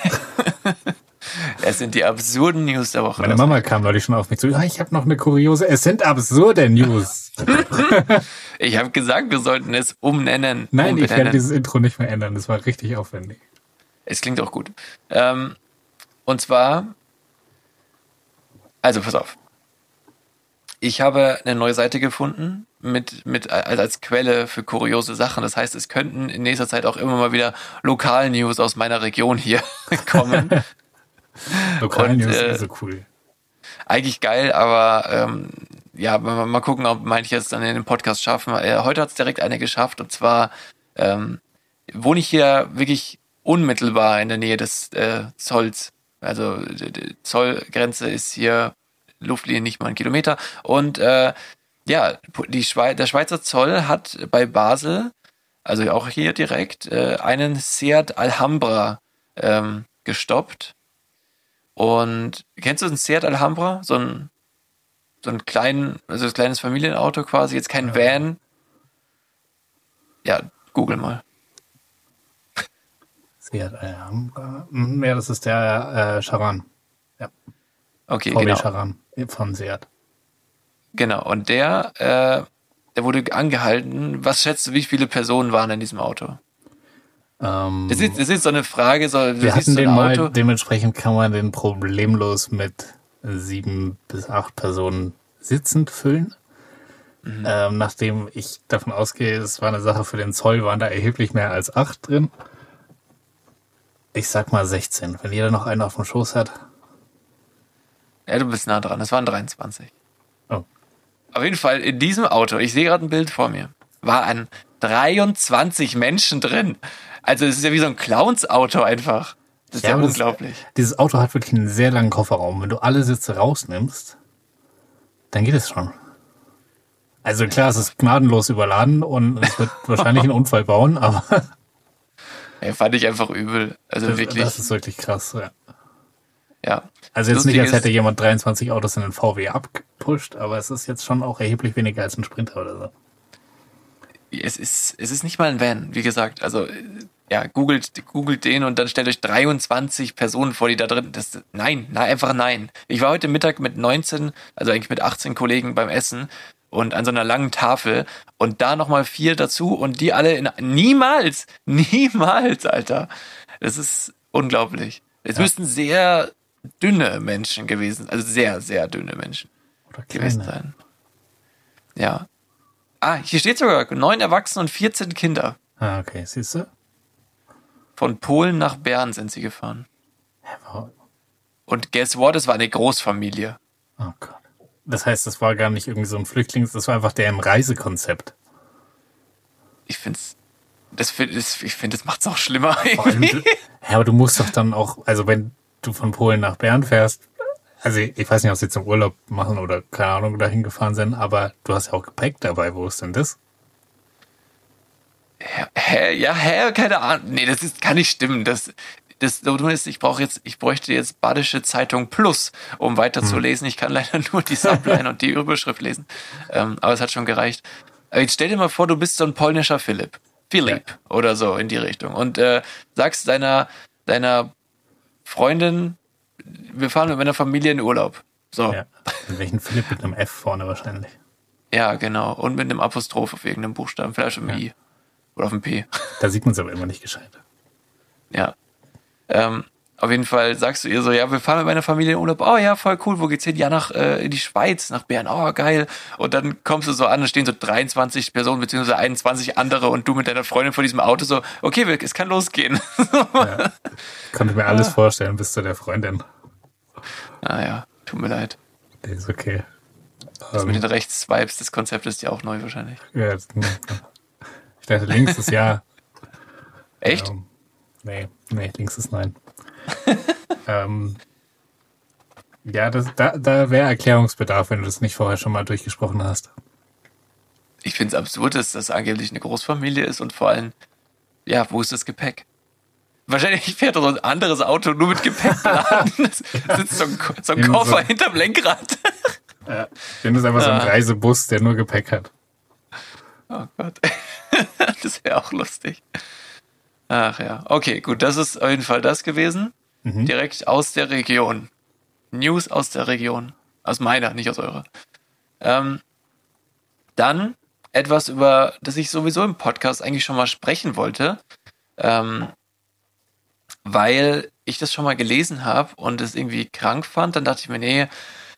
Es sind die absurden News der Woche. Meine Mama kam neulich schon auf mich zu. Ja, ich habe noch eine kuriose. Es sind absurde News. Ich habe gesagt, wir sollten es umbenennen. Nein, ich werde dieses Intro nicht mehr ändern. Das war richtig aufwendig. Es klingt auch gut. Und zwar, also pass auf. Ich habe eine neue Seite gefunden als Quelle für kuriose Sachen. Das heißt, es könnten in nächster Zeit auch immer mal wieder Lokal-News aus meiner Region hier kommen. Lokal-News ist so cool. Eigentlich geil, aber ja, mal gucken, ob ich jetzt dann in den Podcast schaffen. Heute hat es direkt eine geschafft und zwar wohne ich hier wirklich unmittelbar in der Nähe des Zolls. Also die Zollgrenze ist hier Luftlinie nicht mal 1 Kilometer und ja, der Schweizer Zoll hat bei Basel, also auch hier direkt, einen Seat Alhambra gestoppt. Und kennst du den Seat Alhambra? So ein kleines Familienauto quasi, jetzt kein Van. Ja, google mal. Seat Alhambra. Ja, das ist der Charan. Ja. Okay, VW genau. Charan von Seat. Genau, und der wurde angehalten. Was schätzt du, wie viele Personen waren in diesem Auto? Das ist so eine Frage. Wir hatten den mal, dementsprechend kann man den problemlos mit 7 bis 8 Personen sitzend füllen. Mhm. Nachdem ich davon ausgehe, es war eine Sache für den Zoll, waren da erheblich mehr als 8 drin. Ich sag mal 16, wenn jeder noch einen auf dem Schoß hat. Ja, du bist nah dran, es waren 23. Oh. Auf jeden Fall, in diesem Auto, ich sehe gerade ein Bild vor mir, waren 23 Menschen drin. Also es ist ja wie so ein Clowns-Auto einfach. Das ist ja unglaublich. Dieses Auto hat wirklich einen sehr langen Kofferraum. Wenn du alle Sitze rausnimmst, dann geht es schon. Also klar, es ist gnadenlos überladen und es wird wahrscheinlich einen Unfall bauen, aber... Ja, fand ich einfach übel. Also wirklich. Das ist wirklich krass, ja. Ja. Also jetzt nicht, als hätte jemand 23 Autos in den VW abgepusht, aber es ist jetzt schon auch erheblich weniger als ein Sprinter oder so. Es ist nicht mal ein Van, wie gesagt. Also ja, googelt den und dann stellt euch 23 Personen vor, die da drin. Nein, einfach nein. Ich war heute Mittag mit 19, also eigentlich mit 18 Kollegen beim Essen und an so einer langen Tafel und da nochmal 4 dazu und die alle niemals, Alter. Das ist unglaublich. Es müssten sehr dünne Menschen gewesen, also sehr, sehr dünne Menschen gewesen sein. Ja. Hier steht sogar 9 Erwachsene und 14 Kinder. Ah, okay, siehst du? Von Polen nach Bern sind sie gefahren. Und guess what? Es war eine Großfamilie. Oh Gott. Das heißt, das war gar nicht irgendwie so ein das war einfach deren Reisekonzept. Ich finde, das macht es auch schlimmer. Vor allem, aber du musst doch dann auch, also wenn du von Polen nach Bern fährst, also ich weiß nicht, ob sie zum Urlaub machen oder keine Ahnung, dahin gefahren sind, aber du hast ja auch Gepäck dabei. Wo ist denn das? Keine Ahnung. Nee, kann nicht stimmen. Ich bräuchte jetzt Badische Zeitung Plus, um weiterzulesen. Ich kann leider nur die Subline und die Überschrift lesen. Aber es hat schon gereicht. Aber jetzt stell dir mal vor, du bist so ein polnischer Philipp oder so in die Richtung und sagst deiner Freundin, wir fahren mit meiner Familie in Urlaub. So. Ja, mit welchen Philipp mit einem F vorne wahrscheinlich. Ja, genau. Und mit einem Apostroph auf irgendeinem Buchstaben, vielleicht auf dem I oder auf dem P. Da sieht man es aber immer nicht gescheit. Ja. Auf jeden Fall sagst du ihr so, ja, wir fahren mit meiner Familie in Urlaub. Oh ja, voll cool, wo geht's hin? Ja, in die Schweiz, nach Bern. Oh, geil. Und dann kommst du so an, da stehen so 23 Personen beziehungsweise 21 andere und du mit deiner Freundin vor diesem Auto so, okay, es kann losgehen. Ja. Konnte mir alles vorstellen bis zu der Freundin. Ja, tut mir leid. Das ist okay. Das mit den Rechts-Swipes, das Konzept ist ja auch neu wahrscheinlich. Ja, ich dachte, links ist ja. Echt? Nee, links ist nein. Ja, da wäre Erklärungsbedarf, wenn du das nicht vorher schon mal durchgesprochen hast. Ich finde es absurd, dass das angeblich eine Großfamilie ist und vor allem, ja, wo ist das Gepäck? Wahrscheinlich fährt so ein anderes Auto nur mit Gepäck beladen. Sitzt so ein Koffer hinterm Lenkrad. Ja, den ist einfach so ein Reisebus, der nur Gepäck hat. Oh Gott. Das wäre auch lustig. Ach ja. Okay, gut, das ist auf jeden Fall das gewesen. Direkt aus der Region. News aus der Region. Aus meiner, nicht aus eurer. Dann etwas, über das ich sowieso im Podcast eigentlich schon mal sprechen wollte. Weil ich das schon mal gelesen habe und es irgendwie krank fand. Dann dachte ich mir, nee,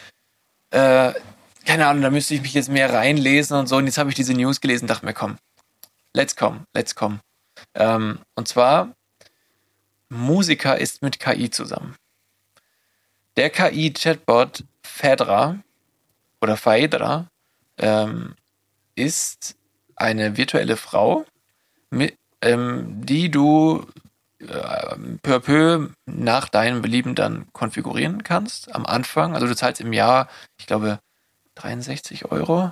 keine Ahnung, da müsste ich mich jetzt mehr reinlesen und so. Und jetzt habe ich diese News gelesen und dachte mir, komm, let's come. Und zwar, Musiker ist mit KI zusammen. Der KI-Chatbot Phaedra ist eine virtuelle Frau, die du peu à peu nach deinem Belieben dann konfigurieren kannst am Anfang. Also du zahlst im Jahr, ich glaube, 63 Euro.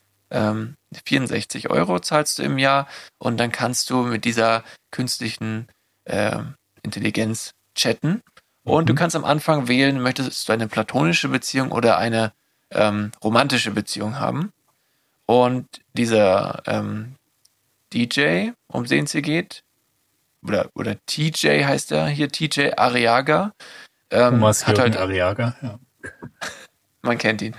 64 Euro zahlst du im Jahr und dann kannst du mit dieser künstlichen Intelligenz chatten und du kannst am Anfang wählen, möchtest du eine platonische Beziehung oder eine romantische Beziehung haben. Und dieser DJ, um den es hier geht, oder TJ heißt er hier, TJ Arriaga. Thomas hat halt Arriaga, ja. Man kennt ihn.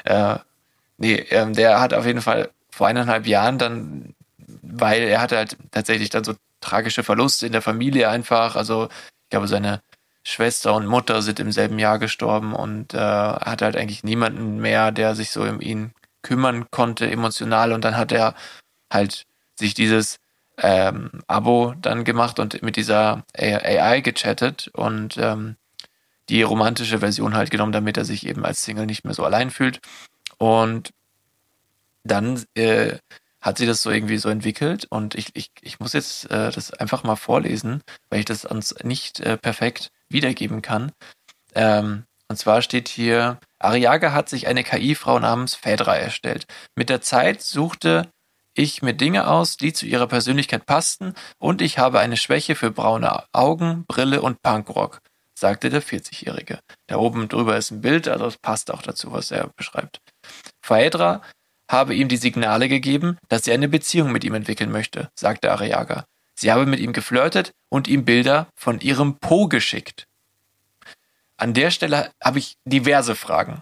Der hat auf jeden Fall vor 1,5 Jahren dann, weil er hatte halt tatsächlich dann so tragische Verluste in der Familie einfach. Also ich glaube, seine Schwester und Mutter sind im selben Jahr gestorben und er hatte halt eigentlich niemanden mehr, der sich so um ihn kümmern konnte, emotional. Und dann hat er halt sich dieses Abo dann gemacht und mit dieser AI gechattet und die romantische Version halt genommen, damit er sich eben als Single nicht mehr so allein fühlt. Und dann hat sie das so irgendwie so entwickelt und ich muss jetzt das einfach mal vorlesen, weil ich das sonst nicht perfekt wiedergeben kann. Und zwar steht hier, Arriaga hat sich eine KI-Frau namens Phaedra erstellt. Mit der Zeit suchte ich mir Dinge aus, die zu ihrer Persönlichkeit passten und ich habe eine Schwäche für braune Augen, Brille und Punkrock, sagte der 40-Jährige. Da oben drüber ist ein Bild, also es passt auch dazu, was er beschreibt. Phaedra habe ihm die Signale gegeben, dass sie eine Beziehung mit ihm entwickeln möchte, sagte Arriaga. Sie habe mit ihm geflirtet und ihm Bilder von ihrem Po geschickt. An der Stelle habe ich diverse Fragen.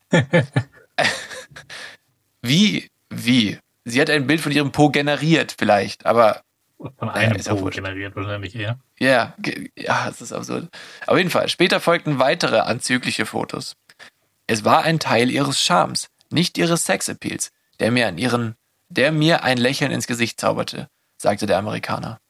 Wie? Sie hat ein Bild von ihrem Po generiert vielleicht, aber von einem Po generiert wahrscheinlich eher. Ja, es ist absurd. Auf jeden Fall, später folgten weitere anzügliche Fotos. Es war ein Teil ihres Charmes, nicht ihres Sexappeals, der mir ein Lächeln ins Gesicht zauberte, sagte der Amerikaner.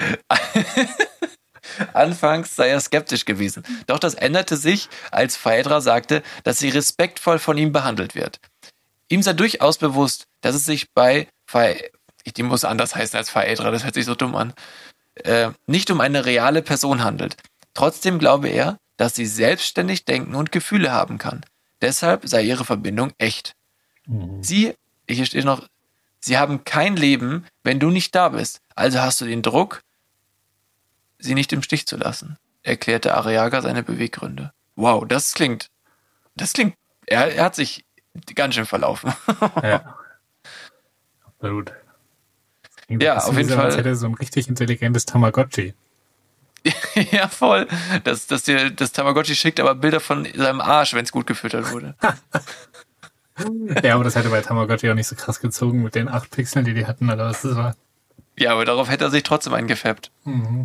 Anfangs sei er skeptisch gewesen. Doch das änderte sich, als Phaedra sagte, dass sie respektvoll von ihm behandelt wird. Ihm sei durchaus bewusst, dass es sich bei die muss anders heißen als Phaedra, das hört sich so dumm an, nicht um eine reale Person handelt. Trotzdem glaube er, dass sie selbstständig denken und Gefühle haben kann. Deshalb sei ihre Verbindung echt. Hier steht noch, sie haben kein Leben, wenn du nicht da bist. Also hast du den Druck, sie nicht im Stich zu lassen, erklärte Arriaga seine Beweggründe. Wow, das klingt, er hat sich ganz schön verlaufen. Ja. Absolut. Ja, auf jeden Fall. Als hätte er so ein richtig intelligentes Tamagotchi. Ja, voll. Das Tamagotchi schickt aber Bilder von seinem Arsch, wenn es gut gefüttert wurde. Ja, aber das hätte bei Tamagotchi auch nicht so krass gezogen mit den 8 Pixeln, die hatten, oder was das war. Ja, aber darauf hätte er sich trotzdem eingefärbt. Mhm.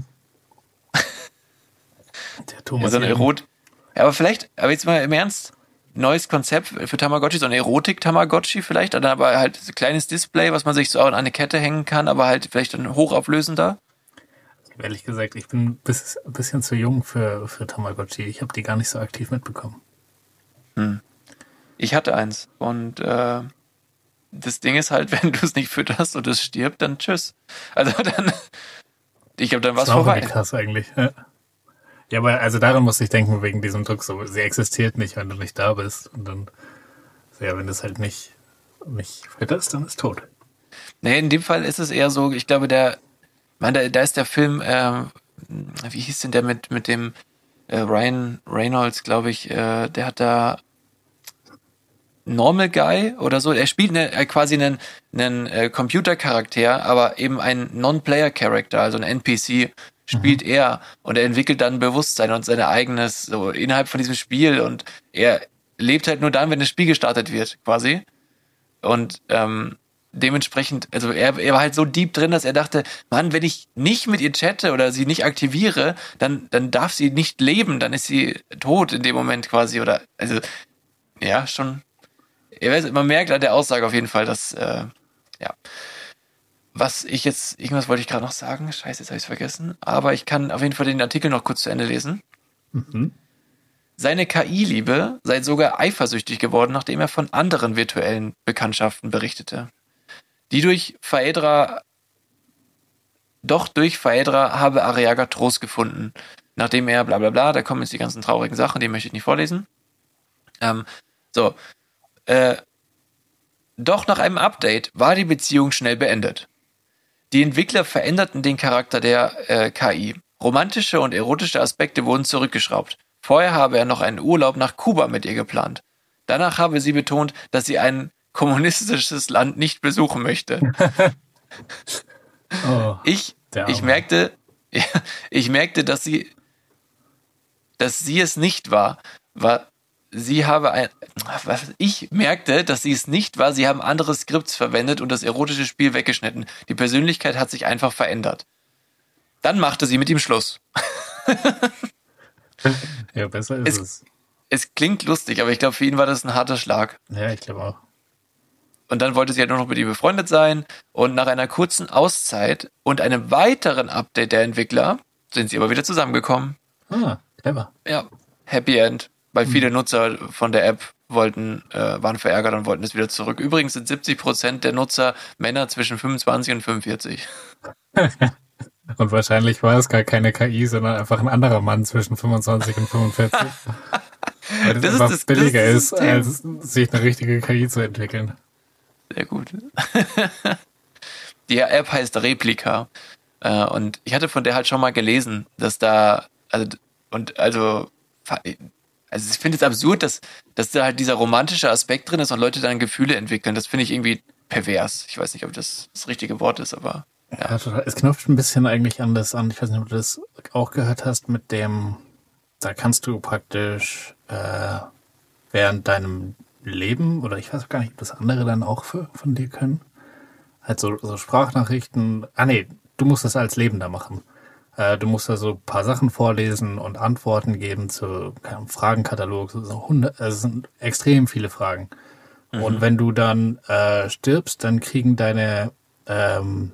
Der Thomas. Ja, so ein ja, aber jetzt mal im Ernst, neues Konzept für Tamagotchi, so ein Erotik-Tamagotchi vielleicht, dann aber halt so ein kleines Display, was man sich so an eine Kette hängen kann, aber halt vielleicht dann hochauflösender. Ehrlich gesagt, ich bin ein bisschen zu jung für Tamagotchi. Ich habe die gar nicht so aktiv mitbekommen. Ich hatte eins und das Ding ist halt, wenn du es nicht fütterst und es stirbt, dann tschüss. Also dann, ich glaube, dann war es vorbei. Das ist krass eigentlich. Ja. Ja, aber also daran musste ich denken, wegen diesem Druck, so, sie existiert nicht, wenn du nicht da bist. Und dann, ja, wenn du es halt nicht fütterst, dann ist tot. Nee, in dem Fall ist es eher so, ich glaube, da ist der Film, wie hieß denn der mit dem Ryan Reynolds, glaube ich, der hat da Normal Guy oder so, er spielt quasi einen Computercharakter, aber eben ein Non-Player-Character, also ein NPC spielt er und er entwickelt dann Bewusstsein und sein eigenes so innerhalb von diesem Spiel und er lebt halt nur dann, wenn das Spiel gestartet wird, quasi. Und dementsprechend, also er war halt so deep drin, dass er dachte, Mann, wenn ich nicht mit ihr chatte oder sie nicht aktiviere, dann darf sie nicht leben, dann ist sie tot in dem Moment quasi, oder, also, ja, schon, man merkt an der Aussage auf jeden Fall, dass, ja, irgendwas wollte ich gerade noch sagen, scheiße, jetzt habe ich es vergessen, aber ich kann auf jeden Fall den Artikel noch kurz zu Ende lesen. Seine KI-Liebe sei sogar eifersüchtig geworden, nachdem er von anderen virtuellen Bekanntschaften berichtete. Durch Phaedra habe Arriaga Trost gefunden. Nachdem er bla bla bla, da kommen jetzt die ganzen traurigen Sachen, die möchte ich nicht vorlesen. Doch nach einem Update war die Beziehung schnell beendet. Die Entwickler veränderten den Charakter der KI. Romantische und erotische Aspekte wurden zurückgeschraubt. Vorher habe er noch einen Urlaub nach Kuba mit ihr geplant. Danach habe sie betont, dass sie ein kommunistisches Land nicht besuchen möchte. Ich merkte, dass sie es nicht war. Ich merkte, dass sie es nicht war. Sie haben andere Skripts verwendet und das erotische Spiel weggeschnitten. Die Persönlichkeit hat sich einfach verändert. Dann machte sie mit ihm Schluss. Ja, besser ist es. Es klingt lustig, aber ich glaube, für ihn war das ein harter Schlag. Ja, ich glaube auch. Und dann wollte sie halt nur noch mit ihm befreundet sein. Und nach einer kurzen Auszeit und einem weiteren Update der Entwickler sind sie aber wieder zusammengekommen. Ah, clever. Ja, Happy End. Weil viele Nutzer von der App waren verärgert und wollten es wieder zurück. Übrigens sind 70% der Nutzer Männer zwischen 25 und 45. Und wahrscheinlich war es gar keine KI, sondern einfach ein anderer Mann zwischen 25 und 45. Weil das einfach billiger ist, als sich eine richtige KI zu entwickeln. Sehr gut. Die App heißt Replika. Und ich hatte von der halt schon mal gelesen, dass da, also ich finde es absurd, dass da halt dieser romantische Aspekt drin ist und Leute dann Gefühle entwickeln. Das finde ich irgendwie pervers. Ich weiß nicht, ob das richtige Wort ist, aber ja, total. Es knüpft ein bisschen eigentlich anders an. Ich weiß nicht, ob du das auch gehört hast mit dem, da kannst du praktisch während deinem Leben, oder ich weiß gar nicht, ob das andere dann auch von dir können, halt so Sprachnachrichten, du musst das als Lebender machen. Du musst da so ein paar Sachen vorlesen und Antworten geben zu einem Fragenkatalog. Es sind extrem viele Fragen. Und wenn du dann stirbst, dann kriegen deine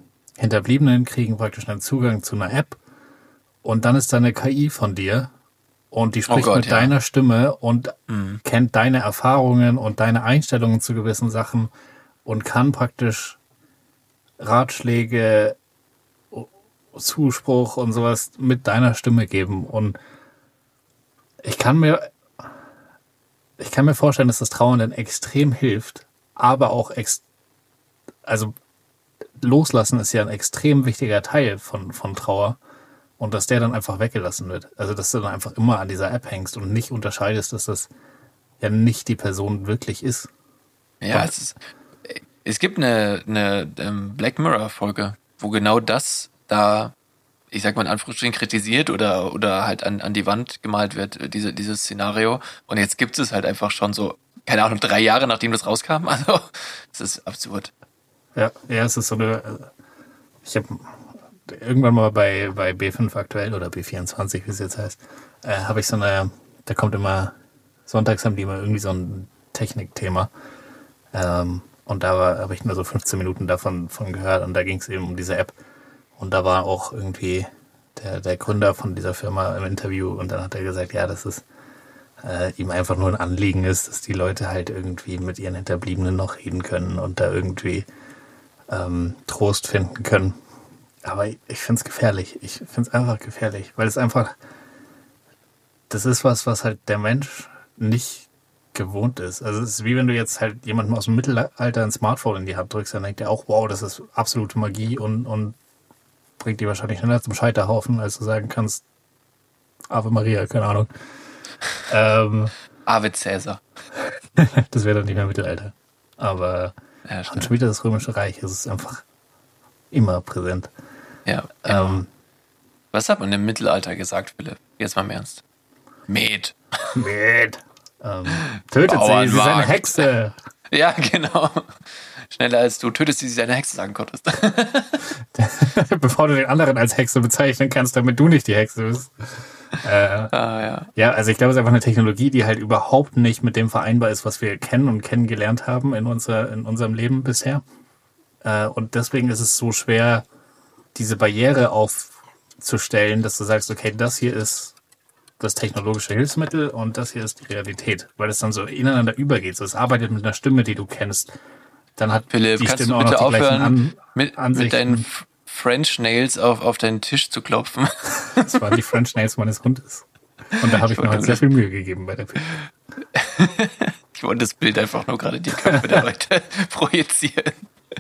Hinterbliebenen kriegen praktisch einen Zugang zu einer App und dann ist da eine KI von dir und die spricht mit deiner Stimme und kennt deine Erfahrungen und deine Einstellungen zu gewissen Sachen und kann praktisch Ratschläge, Zuspruch und sowas mit deiner Stimme geben. Und ich kann mir vorstellen, dass das Trauernden extrem hilft, aber auch also loslassen ist ja ein extrem wichtiger Teil von Trauer und dass der dann einfach weggelassen wird. Also dass du dann einfach immer an dieser App hängst und nicht unterscheidest, dass das ja nicht die Person wirklich ist. Ja, es gibt eine Black Mirror Folge, wo genau das da, ich sag mal in Anführungsstrichen, kritisiert oder halt an die Wand gemalt wird, dieses Szenario. Und jetzt gibt es halt einfach schon so, keine Ahnung, 3 Jahre, nachdem das rauskam. Also, es ist absurd. Ja, es ist so eine, ich habe irgendwann mal bei B5 aktuell oder B24, wie es jetzt heißt, habe ich so eine, da kommt immer, sonntags haben die immer irgendwie so ein Technikthema. Und da habe ich nur so 15 Minuten davon gehört und da ging es eben um diese App. Und da war auch irgendwie der Gründer von dieser Firma im Interview und dann hat er gesagt, ja, dass es ihm einfach nur ein Anliegen ist, dass die Leute halt irgendwie mit ihren Hinterbliebenen noch reden können und da irgendwie Trost finden können. Aber ich finde es gefährlich. Ich finde es einfach gefährlich, weil es einfach, das ist was halt der Mensch nicht gewohnt ist. Also es ist wie wenn du jetzt halt jemandem aus dem Mittelalter ein Smartphone in die Hand drückst, dann denkt der auch, wow, das ist absolute Magie und bringt die wahrscheinlich schneller zum Scheiterhaufen, als du sagen kannst, Ave Maria, keine Ahnung. Ave Cäsar. Das wäre dann nicht mehr Mittelalter. Aber schon wieder das Römische Reich, es ist einfach immer präsent. Ja. Was hat man im Mittelalter gesagt, Philipp? Jetzt mal im Ernst. Met. Tötet sie ist eine Hexe. Ja, genau. Schneller als du tötest sie ist eine Hexe sagen konntest. Bevor du den anderen als Hexe bezeichnen kannst, damit du nicht die Hexe bist. Ja, also ich glaube, es ist einfach eine Technologie, die halt überhaupt nicht mit dem vereinbar ist, was wir kennen und kennengelernt haben in unserem Leben bisher. Und deswegen ist es so schwer, diese Barriere aufzustellen, dass du sagst, okay, das hier ist das technologische Hilfsmittel und das hier ist die Realität, weil es dann so ineinander übergeht. So, es arbeitet mit einer Stimme, die du kennst. Dann hat Philipp, die kannst Stimme du bitte auch noch die aufhören, gleichen mit deinen French Nails auf deinen Tisch zu klopfen? Das waren die French Nails meines Hundes. Und da habe ich mir halt sehr viel Mühe gegeben bei der Film. Ich wollte das Bild einfach nur gerade in die Köpfe der Leute projizieren.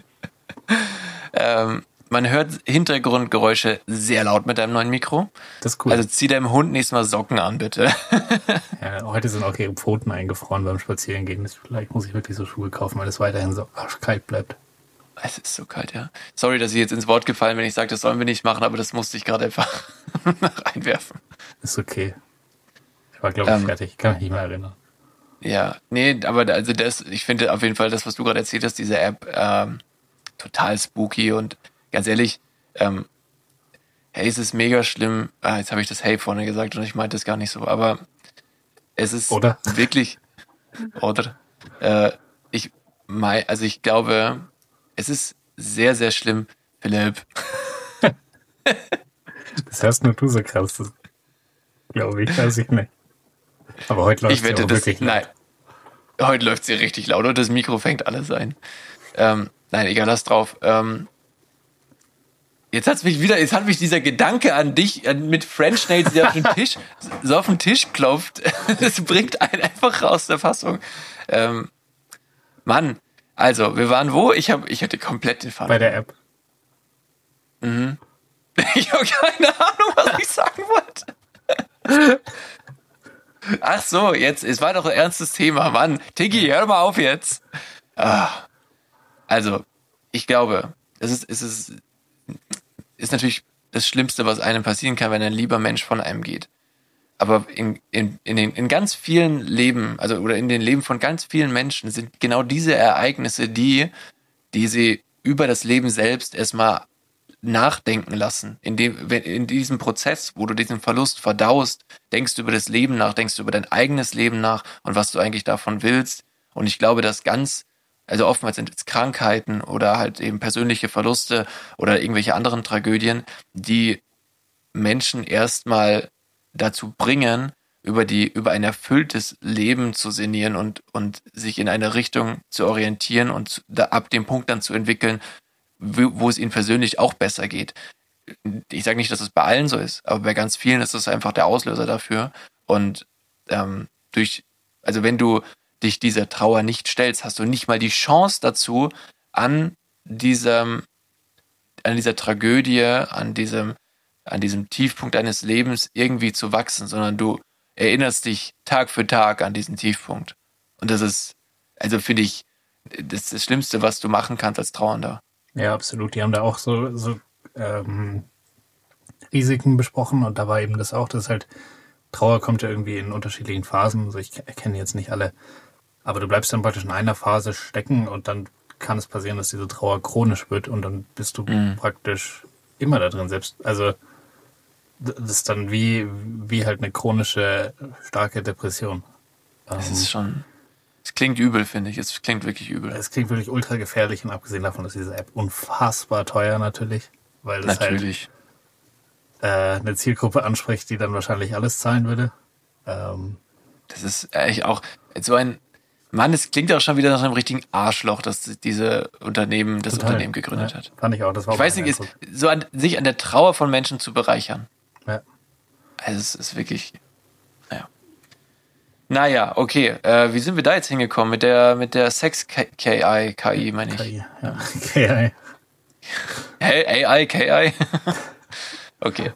Man hört Hintergrundgeräusche sehr laut mit deinem neuen Mikro. Das ist cool. Also zieh deinem Hund nächstes Mal Socken an, bitte. Ja, heute sind auch ihre Pfoten eingefroren beim Spazierengehen. Vielleicht muss ich wirklich so Schuhe kaufen, weil es weiterhin so arschkalt bleibt. Es ist so kalt, ja. Sorry, dass ich jetzt ins Wort gefallen bin, wenn ich sage, das sollen wir nicht machen, aber das musste ich gerade einfach reinwerfen. Ist okay. Ich war, glaube ich, fertig. Ich kann mich nicht mehr erinnern. Ja, nee, aber also ich finde auf jeden Fall das, was du gerade erzählt hast, diese App, total spooky und ganz ehrlich, hey, es ist mega schlimm. Jetzt habe ich das Hey vorne gesagt und ich meinte es gar nicht so, aber es ist wirklich, ich glaube, es ist sehr, sehr schlimm, Philipp. Das hörst nur du so krass, das glaube ich, weiß ich nicht. Aber heute läuft sie auch wirklich laut. Nein, heute läuft sie richtig laut und das Mikro fängt alles ein. Nein, egal, lass drauf. Jetzt hat mich dieser Gedanke an dich, mit French Nails, der auf den Tisch klopft, das bringt einen einfach raus der Fassung. Mann, also, wir waren wo? Ich hatte komplett den Faden. Bei der App. Mhm. Ich habe keine Ahnung, was ich sagen wollte. Ach so, es war doch ein ernstes Thema, Mann. Tiggi, hör mal auf jetzt. Also, ich glaube, es ist natürlich das Schlimmste, was einem passieren kann, wenn ein lieber Mensch von einem geht. Aber in ganz vielen Leben, oder in den Leben von ganz vielen Menschen sind genau diese Ereignisse die sie über das Leben selbst erstmal nachdenken lassen. In diesem Prozess, wo du diesen Verlust verdaust, denkst du über das Leben nach, denkst du über dein eigenes Leben nach und was du eigentlich davon willst. Und ich glaube, dass ganz also oftmals sind es Krankheiten oder halt eben persönliche Verluste oder irgendwelche anderen Tragödien, die Menschen erstmal dazu bringen, über ein erfülltes Leben zu sinnieren und sich in eine Richtung zu orientieren und ab dem Punkt dann zu entwickeln, wo es ihnen persönlich auch besser geht. Ich sage nicht, dass es bei allen so ist, aber bei ganz vielen ist es einfach der Auslöser dafür. Und wenn du dich dieser Trauer nicht stellst, hast du nicht mal die Chance dazu, an dieser Tragödie, an diesem Tiefpunkt deines Lebens irgendwie zu wachsen, sondern du erinnerst dich Tag für Tag an diesen Tiefpunkt. Und das ist, also finde ich, das Schlimmste, was du machen kannst als Trauernder. Ja, absolut. Die haben da auch so Risiken besprochen und da war eben das auch, dass halt Trauer kommt ja irgendwie in unterschiedlichen Phasen. Also ich kenne jetzt nicht alle, aber du bleibst dann praktisch in einer Phase stecken und dann kann es passieren, dass diese Trauer chronisch wird und dann bist du praktisch immer da drin selbst. Also das ist dann wie halt eine chronische, starke Depression. Das ist schon, es klingt übel, finde ich. Es klingt wirklich übel. Es klingt wirklich ultra gefährlich und abgesehen davon ist diese App unfassbar teuer natürlich, weil das natürlich halt eine Zielgruppe anspricht, die dann wahrscheinlich alles zahlen würde. Das ist eigentlich auch so ein, Mann, es klingt auch schon wieder nach einem richtigen Arschloch, dass das Unternehmen gegründet hat. Fand ich auch. Das war ich weiß nicht, sich an der Trauer von Menschen zu bereichern. Ja. Also es ist wirklich, Naja, okay. Wie sind wir da jetzt hingekommen? Mit der Sex-KI, meine ich. KI, ja. KI. Hey, AI, KI. Okay.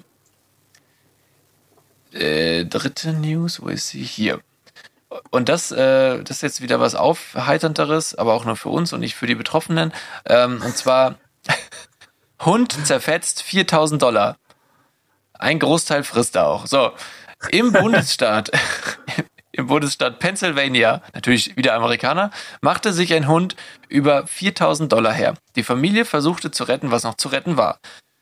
Dritte News, wo ist sie? Hier. Und das ist jetzt wieder was Aufheiternderes, aber auch nur für uns und nicht für die Betroffenen. Und zwar Hund zerfetzt $4.000. Ein Großteil frisst er auch. So, im Bundesstaat Pennsylvania, natürlich wieder Amerikaner, machte sich ein Hund über $4.000 her. Die Familie versuchte zu retten, was noch zu retten war.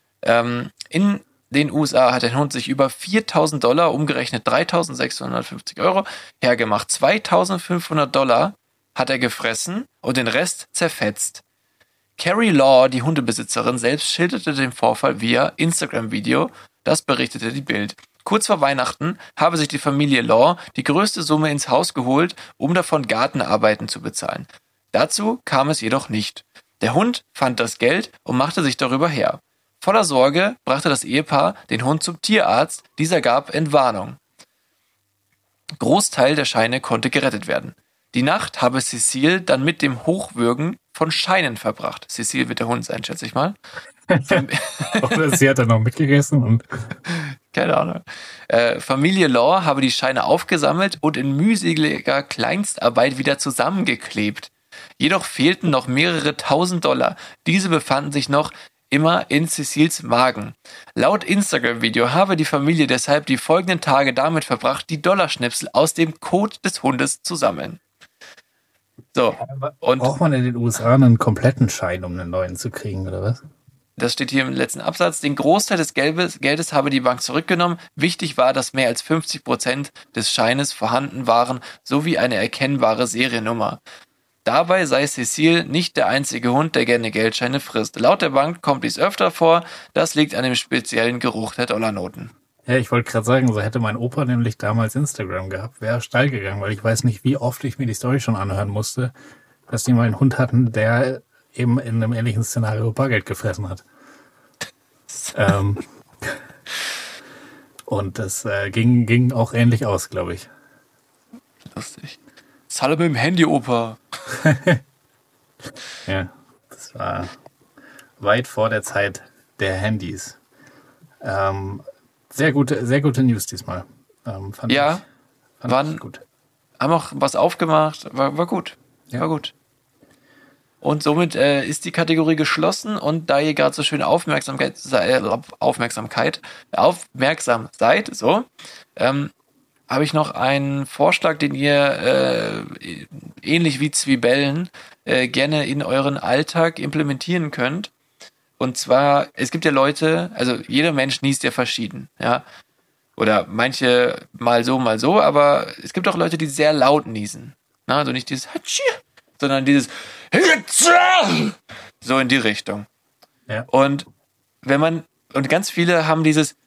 In den USA hat ein Hund sich über $4.000, umgerechnet 3.650 Euro, hergemacht. $2.500 hat er gefressen und den Rest zerfetzt. Carrie Law, die Hundebesitzerin, selbst schilderte den Vorfall via Instagram-Video. Das berichtete die Bild. Kurz vor Weihnachten habe sich die Familie Law die größte Summe ins Haus geholt, um davon Gartenarbeiten zu bezahlen. Dazu kam es jedoch nicht. Der Hund fand das Geld und machte sich darüber her. Voller Sorge brachte das Ehepaar den Hund zum Tierarzt. Dieser gab Entwarnung. Großteil der Scheine konnte gerettet werden. Die Nacht habe Cecile dann mit dem Hochwürgen von Scheinen verbracht. Cecile wird der Hund sein, schätze ich mal. Oder sie hat dann noch mitgegessen und keine Ahnung. Familie Law habe die Scheine aufgesammelt und in mühseliger Kleinstarbeit wieder zusammengeklebt. Jedoch fehlten noch mehrere $1.000. Diese befanden sich noch immer in Cecils Magen. Laut Instagram-Video habe die Familie deshalb die folgenden Tage damit verbracht, die Dollarschnipsel aus dem Kot des Hundes zu sammeln. So. Und braucht man in den USA einen kompletten Schein, um einen neuen zu kriegen, oder was? Das steht hier im letzten Absatz. Den Großteil des Geldes habe die Bank zurückgenommen. Wichtig war, dass mehr als 50% des Scheines vorhanden waren, sowie eine erkennbare Seriennummer. Dabei sei Cecile nicht der einzige Hund, der gerne Geldscheine frisst. Laut der Bank kommt dies öfter vor. Das liegt an dem speziellen Geruch der Dollarnoten. Ja, ich wollte gerade sagen, so hätte mein Opa nämlich damals Instagram gehabt, wäre steil gegangen, weil ich weiß nicht, wie oft ich mir die Story schon anhören musste, dass die mal einen Hund hatten, der eben in einem ähnlichen Szenario Bargeld gefressen hat. Und das ging auch ähnlich aus, glaube ich. Lustig. Zahle mit dem Handy, Opa. Ja, das war weit vor der Zeit der Handys. Sehr gute News diesmal. Fand ich gut. Haben auch was aufgemacht, war gut. Ja. War gut. Und somit ist die Kategorie geschlossen und da ihr gerade so schön aufmerksam seid, so, habe ich noch einen Vorschlag, den ihr ähnlich wie Zwiebellen gerne in euren Alltag implementieren könnt. Und zwar, es gibt ja Leute, also jeder Mensch niest ja verschieden, ja. Oder manche mal so, aber es gibt auch Leute, die sehr laut niesen. Na, also nicht dieses Hatschi, sondern dieses so in die Richtung. Ja. Und ganz viele haben das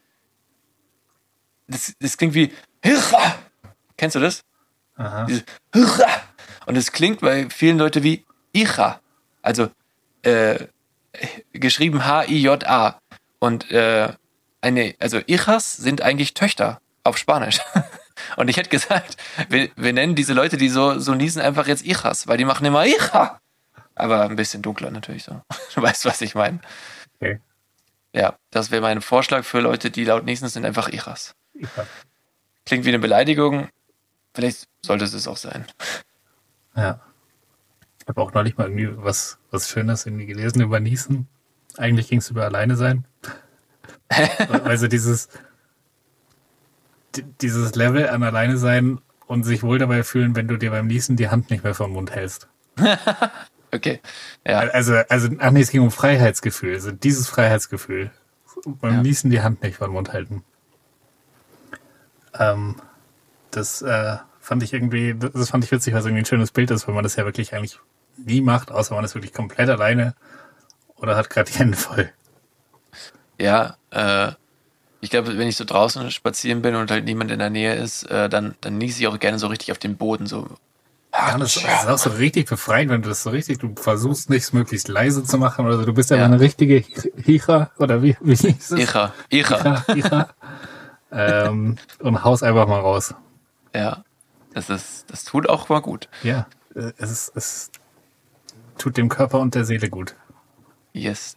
klingt wie kennst du das? Aha. Dieses und es klingt bei vielen Leuten wie Hija. Also geschrieben H-I-J-A. Und also Hijas sind eigentlich Töchter auf Spanisch. Und ich hätte gesagt, wir nennen diese Leute, die so niesen, einfach jetzt Hijas, weil die machen immer Hija. Aber ein bisschen dunkler natürlich so. Du weißt, was ich meine. Okay. Ja, das wäre mein Vorschlag für Leute, die laut niesen, sind einfach Hijas. Ja. Klingt wie eine Beleidigung. Vielleicht sollte es auch sein. Ja. Ich habe auch neulich mal irgendwie was Schönes irgendwie gelesen über Niesen. Eigentlich ging es über Alleine sein. Also dieses Level an Alleine sein und sich wohl dabei fühlen, wenn du dir beim Niesen die Hand nicht mehr vom Mund hältst. Okay. Ja. Also, ach nee, es ging um Freiheitsgefühl. Also dieses Freiheitsgefühl. Beim Niesen die Hand nicht vom Mund halten. Das fand ich witzig, weil es irgendwie ein schönes Bild ist, weil man das ja wirklich eigentlich nie macht, außer man ist wirklich komplett alleine oder hat gerade die Hände voll. Ja, ich glaube, wenn ich so draußen spazieren bin und halt niemand in der Nähe ist, dann niese ich auch gerne so richtig auf den Boden. So. Ja, das ist auch so richtig befreiend, wenn du das so richtig, du versuchst nichts möglichst leise zu machen oder so. Du bist ja eine richtige Hija oder wie hieß es? Hija. Und haust einfach mal raus. Ja, das tut auch mal gut. Ja, es tut dem Körper und der Seele gut. Yes.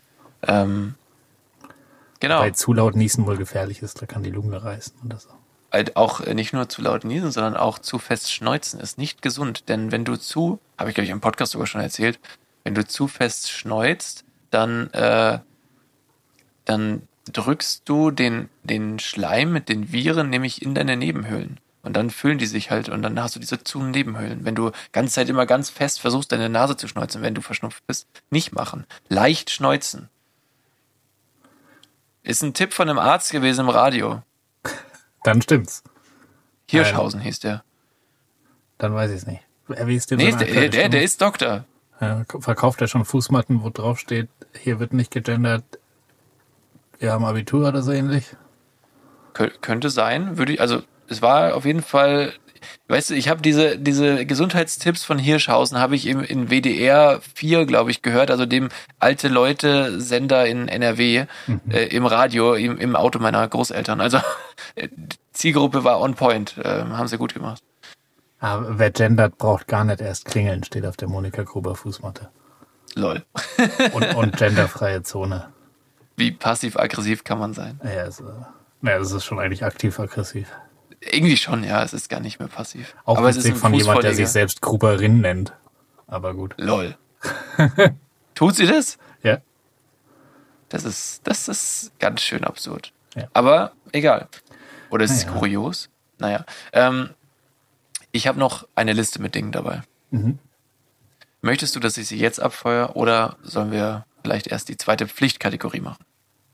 Genau. Weil zu laut niesen wohl gefährlich ist, da kann die Lunge reißen oder so. Halt auch nicht nur zu laut niesen, sondern auch zu fest schneuzen ist nicht gesund. Denn wenn du habe ich glaube ich im Podcast sogar schon erzählt, wenn du zu fest schneuzt, dann drückst du den Schleim mit den Viren nämlich in deine Nebenhöhlen. Und dann füllen die sich halt und dann hast du diese zu Nebenhöhlen. Wenn du ganze Zeit immer ganz fest versuchst, deine Nase zu schneuzen, wenn du verschnupft bist, nicht machen. Leicht schneuzen. Ist ein Tipp von einem Arzt gewesen im Radio. Dann stimmt's. Hirschhausen hieß der. Dann weiß ich es nicht. Wie ist Nee, der ist Doktor. Ja, verkauft er schon Fußmatten, wo drauf steht, hier wird nicht gegendert, wir haben Abitur oder so ähnlich? Könnte sein, es war auf jeden Fall, weißt du, ich habe diese Gesundheitstipps von Hirschhausen habe ich in WDR 4, glaube ich, gehört, also dem alte Leute Sender in NRW, im Radio, im Auto meiner Großeltern. Also Zielgruppe war on point, haben sie gut gemacht. Aber wer gendert, braucht gar nicht erst klingeln, steht auf der Monika Gruber Fußmatte. Lol. und genderfreie Zone. Wie passiv-aggressiv kann man sein? Ja, das ist schon eigentlich aktiv-aggressiv. Irgendwie schon, ja, es ist gar nicht mehr passiv. Auch aber es ist von jemand, der sich selbst Gruberin nennt. Aber gut. Lol. Tut sie das? Ja. Das ist ganz schön absurd. Ja. Aber egal. Oder ist es kurios? Naja. Ich habe noch eine Liste mit Dingen dabei. Mhm. Möchtest du, dass ich sie jetzt abfeuere oder sollen wir vielleicht erst die zweite Pflichtkategorie machen?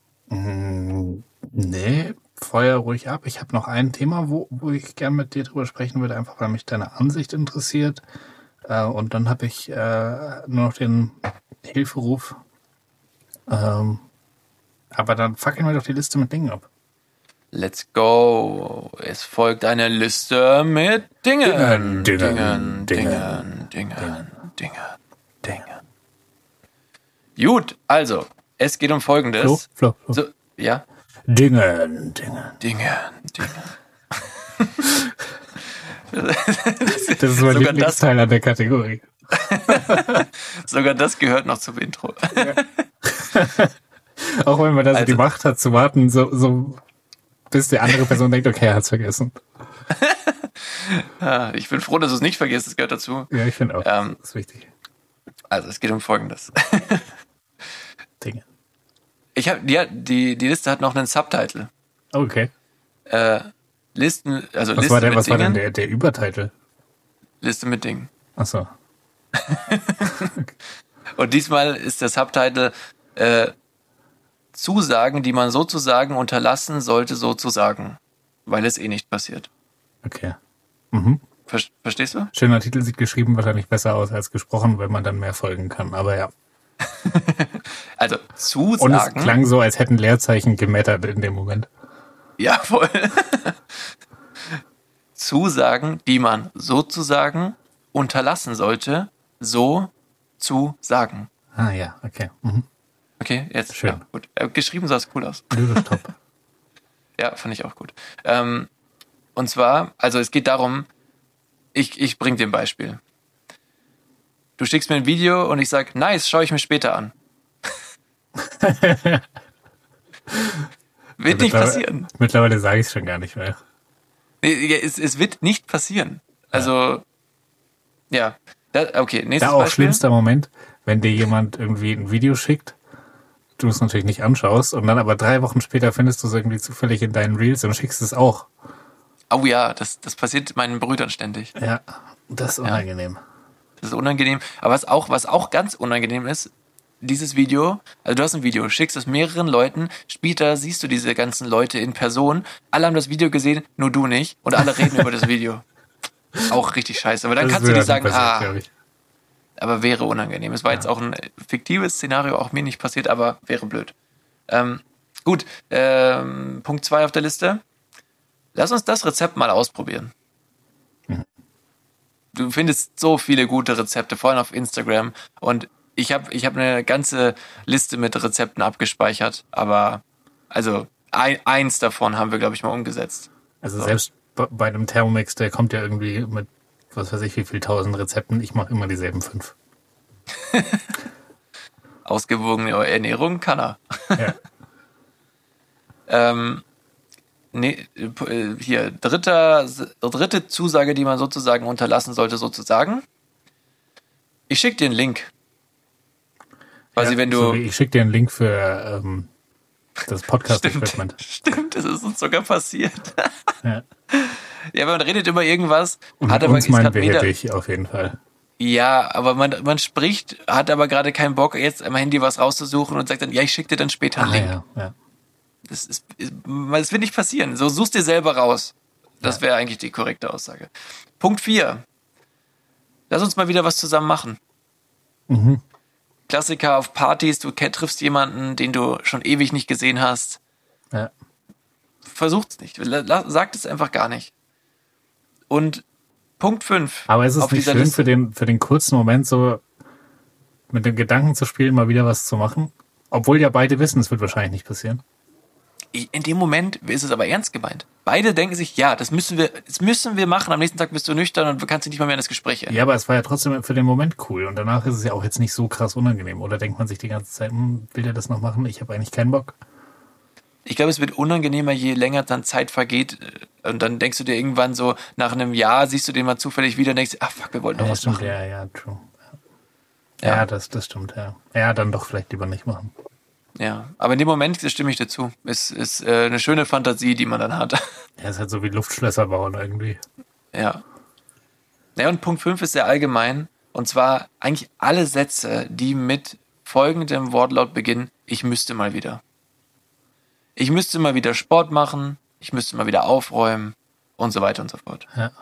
Nee, feuer ruhig ab. Ich habe noch ein Thema, wo ich gern mit dir drüber sprechen würde, einfach weil mich deine Ansicht interessiert. Und dann habe ich nur noch den Hilferuf. Aber dann fackeln wir doch die Liste mit Dingen ab. Let's go. Es folgt eine Liste mit Dingen. Dingen. Gut, also, es geht um Folgendes. Flo. So, ja? Dingen. Das ist mein Lieblingsteil an der Kategorie. Sogar das gehört noch zum Intro. Ja. Auch wenn man da so die Macht hat zu warten, so bis die andere Person denkt, okay, er hat's vergessen. Ich bin froh, dass du es nicht vergisst, das gehört dazu. Ja, ich finde auch, das ist wichtig. Also, es geht um Folgendes. Dinge. Die Liste hat noch einen Subtitle. Okay. Was war denn der Übertitel? Liste mit Dingen. Ach so. Und diesmal ist der Subtitle Zusagen, die man sozusagen unterlassen sollte, sozusagen. Weil es eh nicht passiert. Okay. Verstehst du? Schöner Titel, sieht geschrieben wahrscheinlich besser aus als gesprochen, wenn man dann mehr folgen kann. Aber ja. Also Und es Zusagen. klang so, als hätten Leerzeichen gemettert in dem Moment. Ja, voll. Zusagen, die man sozusagen unterlassen sollte, so zu sagen. Ah ja, okay. Mhm. Okay, jetzt. Schön. Ja, gut. Geschrieben sah es cool aus. Lyrisch top. Ja, fand ich auch gut. Und zwar, also es geht darum, ich bring dir ein Beispiel. Du schickst mir ein Video und ich sag, nice, schaue ich mir später an. Wird nicht passieren. Mittlerweile sage ich es schon gar nicht mehr. Nee, es wird nicht passieren. Also, ja. Okay, nächstes Da auch Beispiel. schlimmster Moment, wenn dir jemand irgendwie ein Video schickt, du es natürlich nicht anschaust und dann aber 3 Wochen später findest du es irgendwie zufällig in deinen Reels und schickst es auch. Oh ja, das passiert meinen Brüdern ständig. Ja, das ist unangenehm. Das ist unangenehm. Aber was auch ganz unangenehm ist, dieses Video, also du hast ein Video, schickst es mehreren Leuten, später siehst du diese ganzen Leute in Person, alle haben das Video gesehen, nur du nicht und alle reden über das Video. Auch richtig scheiße. Aber dann Das kannst du ist nicht sagen, passiert, glaub ich. aber wäre unangenehm. Es war jetzt auch ein fiktives Szenario, auch mir nicht passiert, aber wäre blöd. Gut, Punkt 2 auf der Liste. Lass uns das Rezept mal ausprobieren. Du findest so viele gute Rezepte, vor allem auf Instagram. Und ich hab eine ganze Liste mit Rezepten abgespeichert, aber also eins davon haben wir, glaube ich, mal umgesetzt. Also selbst bei einem Thermomix, der kommt ja irgendwie mit, was weiß ich, wie viel 1000 Rezepten. Ich mache immer dieselben 5. Ausgewogene Ernährung kann er. Ja. Hier, dritte Zusage, die man sozusagen unterlassen sollte, sozusagen. Ich schicke dir einen Link. Quasi, Ja, wenn du... so wie ich schicke dir einen Link für das Podcast-Equipment. Stimmt, das ist uns sogar passiert. Ja. Ja, man redet über irgendwas, Und hat mit aber uns meinen wir hier wieder, dich auf jeden Fall. ja, aber man spricht, hat aber gerade keinen Bock, jetzt am Handy was rauszusuchen und sagt dann, ja, ich schicke dir dann später einen Link. Ja. Das wird nicht passieren. So, suchst dir selber raus. Das wäre eigentlich die korrekte Aussage. Punkt 4. Lass uns mal wieder was zusammen machen. Mhm. Klassiker auf Partys, du triffst jemanden, den du schon ewig nicht gesehen hast. Ja. Versucht's nicht. Sagt es einfach gar nicht. Und Punkt 5. Aber ist es auf nicht dieser schön Liste, für den kurzen Moment so mit dem Gedanken zu spielen, mal wieder was zu machen? Obwohl ja beide wissen, es wird wahrscheinlich nicht passieren. in dem Moment ist es aber ernst gemeint. Beide denken sich, ja, das müssen wir machen. Am nächsten Tag bist du nüchtern und kannst dich nicht mal mehr in das Gespräch erinnern. Ja, aber es war ja trotzdem für den Moment cool. Und danach ist es ja auch jetzt nicht so krass unangenehm. Oder denkt man sich die ganze Zeit, will der das noch machen? Ich habe eigentlich keinen Bock. Ich glaube, es wird unangenehmer, je länger dann Zeit vergeht. Und dann denkst du dir irgendwann so, nach einem Jahr siehst du den mal zufällig wieder und denkst, ach fuck, wir wollten noch Ja, was stimmt, machen. ja, true. Ja. Ja, das stimmt, ja. Ja, dann doch vielleicht lieber nicht machen. Ja, aber in dem Moment, das stimme ich dazu, ist eine schöne Fantasie, die man dann hat. Ja, ist halt so wie Luftschlösser bauen irgendwie. Ja. Ja, und Punkt 5 ist sehr allgemein. Und zwar eigentlich alle Sätze, die mit folgendem Wortlaut beginnen, ich müsste mal wieder. Ich müsste mal wieder Sport machen, ich müsste mal wieder aufräumen und so weiter und so fort. Ja.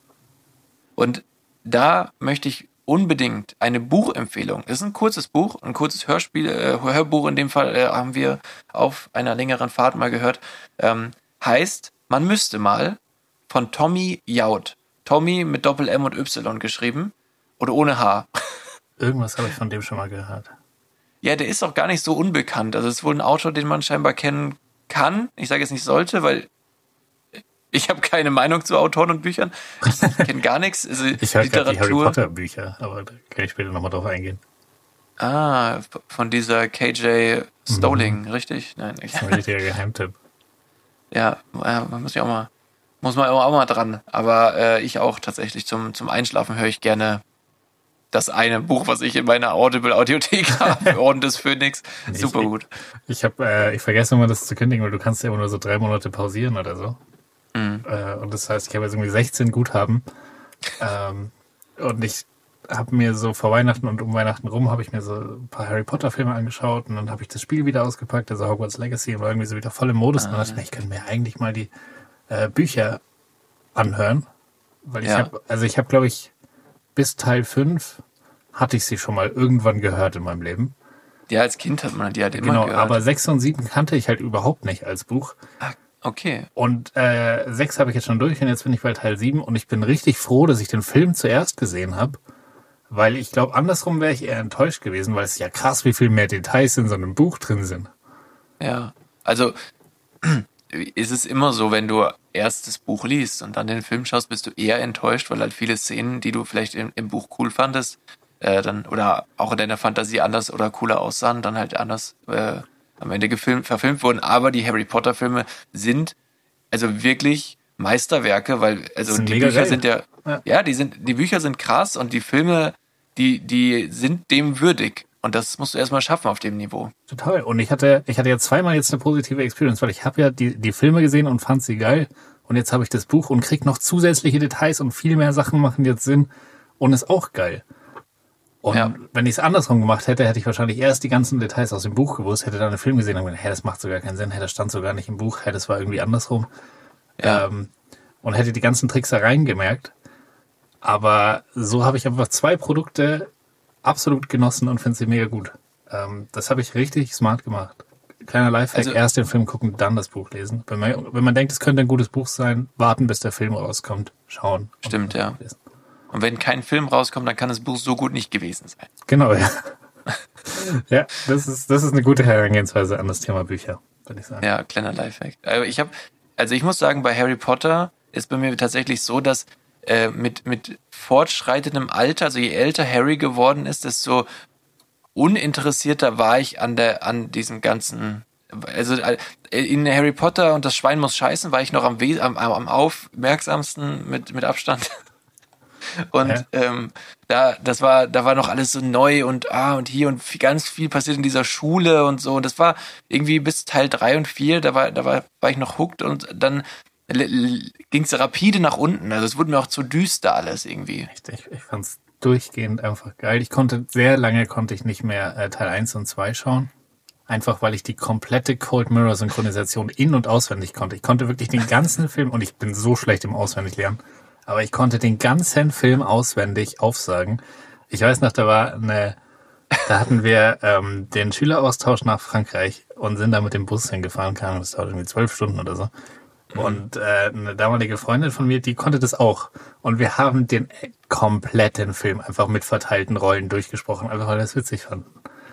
Und da möchte ich unbedingt eine Buchempfehlung. Es ist ein kurzes Buch, ein kurzes Hörbuch in dem Fall haben wir auf einer längeren Fahrt mal gehört. Heißt, man müsste mal von Tommy Jaud. Tommy mit Doppel-M und Y geschrieben oder ohne H. Irgendwas habe ich von dem schon mal gehört. Ja, der ist auch gar nicht so unbekannt. Also es ist wohl ein Autor, den man scheinbar kennen kann. Ich sage jetzt nicht sollte, weil ich habe keine Meinung zu Autoren und Büchern. Ich kenne gar nichts. Also Ich höre gerade die Harry Potter Bücher, aber da kann ich später nochmal drauf eingehen. Ah, von dieser KJ Rowling, richtig? Nein, Das ist ein richtiger Geheimtipp. ja, man muss man auch mal dran. Aber ich auch tatsächlich zum Einschlafen höre ich gerne das eine Buch, was ich in meiner Audible-Audiothek habe, Orden des Phönix. Super gut. Ich vergesse immer, das zu kündigen, weil du kannst ja immer nur so 3 Monate pausieren oder so. Und das heißt, ich habe jetzt irgendwie 16 Guthaben. Und ich habe mir so vor Weihnachten und um Weihnachten rum habe ich mir so ein paar Harry Potter Filme angeschaut und dann habe ich das Spiel wieder ausgepackt, also Hogwarts Legacy, und war irgendwie so wieder voll im Modus. Und dann dachte ich mir, ich könnte mir eigentlich mal die Bücher anhören. Weil ich Ja. habe, glaube ich, bis Teil 5 hatte ich sie schon mal irgendwann gehört in meinem Leben. Ja, als Kind hat man die halt immer Genau, gehört. aber 6 und 7 kannte ich halt überhaupt nicht als Buch. Ah, okay. Und 6 habe ich jetzt schon durch und jetzt bin ich bei Teil 7 und ich bin richtig froh, dass ich den Film zuerst gesehen habe, weil ich glaube, andersrum wäre ich eher enttäuscht gewesen, weil es ja krass, wie viel mehr Details in so einem Buch drin sind. Ja. Also ist es immer so, wenn du erst das Buch liest und dann den Film schaust, bist du eher enttäuscht, weil halt viele Szenen, die du vielleicht im Buch cool fandest, dann oder auch in deiner Fantasie anders oder cooler aussahen, dann halt anders am Ende verfilmt wurden. Aber die Harry Potter Filme sind also wirklich Meisterwerke, weil also Sind die mega Bücher geil. sind ja, die Bücher sind krass und die Filme, die sind dem würdig. Und das musst du erstmal schaffen auf dem Niveau. Total. Und ich hatte ja zweimal jetzt eine positive Experience, weil ich habe ja die Filme gesehen und fand sie geil. Und jetzt habe ich das Buch und krieg noch zusätzliche Details und viel mehr Sachen machen jetzt Sinn und ist auch geil. Und Ja. wenn ich es andersrum gemacht hätte, hätte ich wahrscheinlich erst die ganzen Details aus dem Buch gewusst, hätte dann einen Film gesehen und gedacht, das macht so gar keinen Sinn, das stand so gar nicht im Buch, das war irgendwie andersrum. Ja. Und hätte die ganzen Tricksereien gemerkt. Aber so habe ich einfach 2 Produkte absolut genossen und finde sie mega gut. Das habe ich richtig smart gemacht. Kleiner Lifehack, Also- erst den Film gucken, dann das Buch lesen. Wenn man denkt, es könnte ein gutes Buch sein, warten, bis der Film rauskommt, schauen. und Stimmt, dann ja. lesen. Und wenn kein Film rauskommt, dann kann das Buch so gut nicht gewesen sein. Genau, ja. Ja, das ist eine gute Herangehensweise an das Thema Bücher, würde ich sagen. Ja, kleiner Lifehack. Ich muss sagen, bei Harry Potter ist bei mir tatsächlich so, dass mit fortschreitendem Alter, also je älter Harry geworden ist, desto uninteressierter war ich an diesem ganzen, also in Harry Potter und das Schwein muss scheißen, war ich noch am aufmerksamsten mit Abstand. Und da war noch alles so neu und hier und ganz viel passiert in dieser Schule und so. Und das war irgendwie bis Teil 3 und 4, da war ich noch hooked und dann ging es rapide nach unten. Also es wurde mir auch zu düster alles irgendwie. Ich fand es durchgehend einfach geil. Sehr lange konnte ich nicht mehr Teil 1 und 2 schauen. Einfach weil ich die komplette Cold Mirror Synchronisation in- und auswendig konnte. Ich konnte wirklich den ganzen Film, und ich bin so schlecht im Auswendiglernen, aber ich konnte den ganzen Film auswendig aufsagen. Ich weiß noch, da hatten wir den Schüleraustausch nach Frankreich und sind da mit dem Bus hingefahren, das dauert irgendwie 12 Stunden oder so. Und eine damalige Freundin von mir, die konnte das auch. Und wir haben den kompletten Film einfach mit verteilten Rollen durchgesprochen, einfach weil wir es witzig fanden.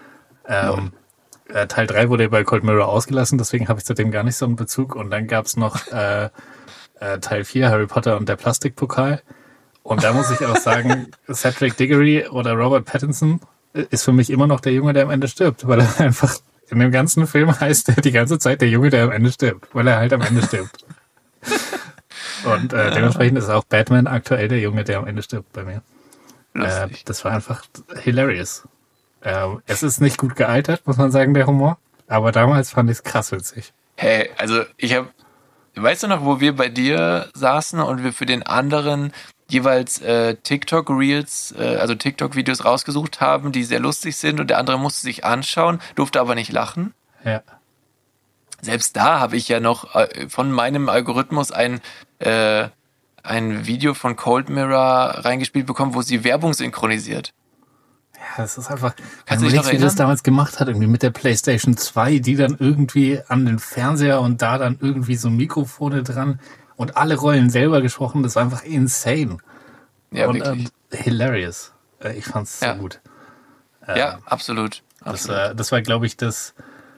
Teil 3 wurde bei Cold Mirror ausgelassen, deswegen habe ich zu dem gar nicht so einen Bezug. Und dann gab's noch Teil 4, Harry Potter und der Plastikpokal. Und da muss ich auch sagen, Cedric Diggory oder Robert Pattinson ist für mich immer noch der Junge, der am Ende stirbt, weil er einfach in dem ganzen Film heißt er die ganze Zeit der Junge, der am Ende stirbt, weil er halt am Ende stirbt. Und dementsprechend ist auch Batman aktuell der Junge, der am Ende stirbt bei mir. Lustig. Das war einfach hilarious. Es ist nicht gut gealtert, muss man sagen, der Humor. Aber damals fand ich es krass witzig. Hey, also weißt du noch, wo wir bei dir saßen und wir für den anderen jeweils TikTok-Reels, also TikTok-Videos rausgesucht haben, die sehr lustig sind und der andere musste sich anschauen, durfte aber nicht lachen? Ja. Selbst da habe ich ja noch von meinem Algorithmus ein Video von Cold Mirror reingespielt bekommen, wo sie Werbung synchronisiert. Ja, das ist einfach, Kannst du dich noch wie das erinnern? damals gemacht hat, irgendwie mit der PlayStation 2, die dann irgendwie an den Fernseher und da dann irgendwie so Mikrofone dran und alle Rollen selber gesprochen, das war einfach insane. Ja, und wirklich. Hilarious. Ich fand's Ja. so gut. Ja, absolut. Das war, glaube ich, das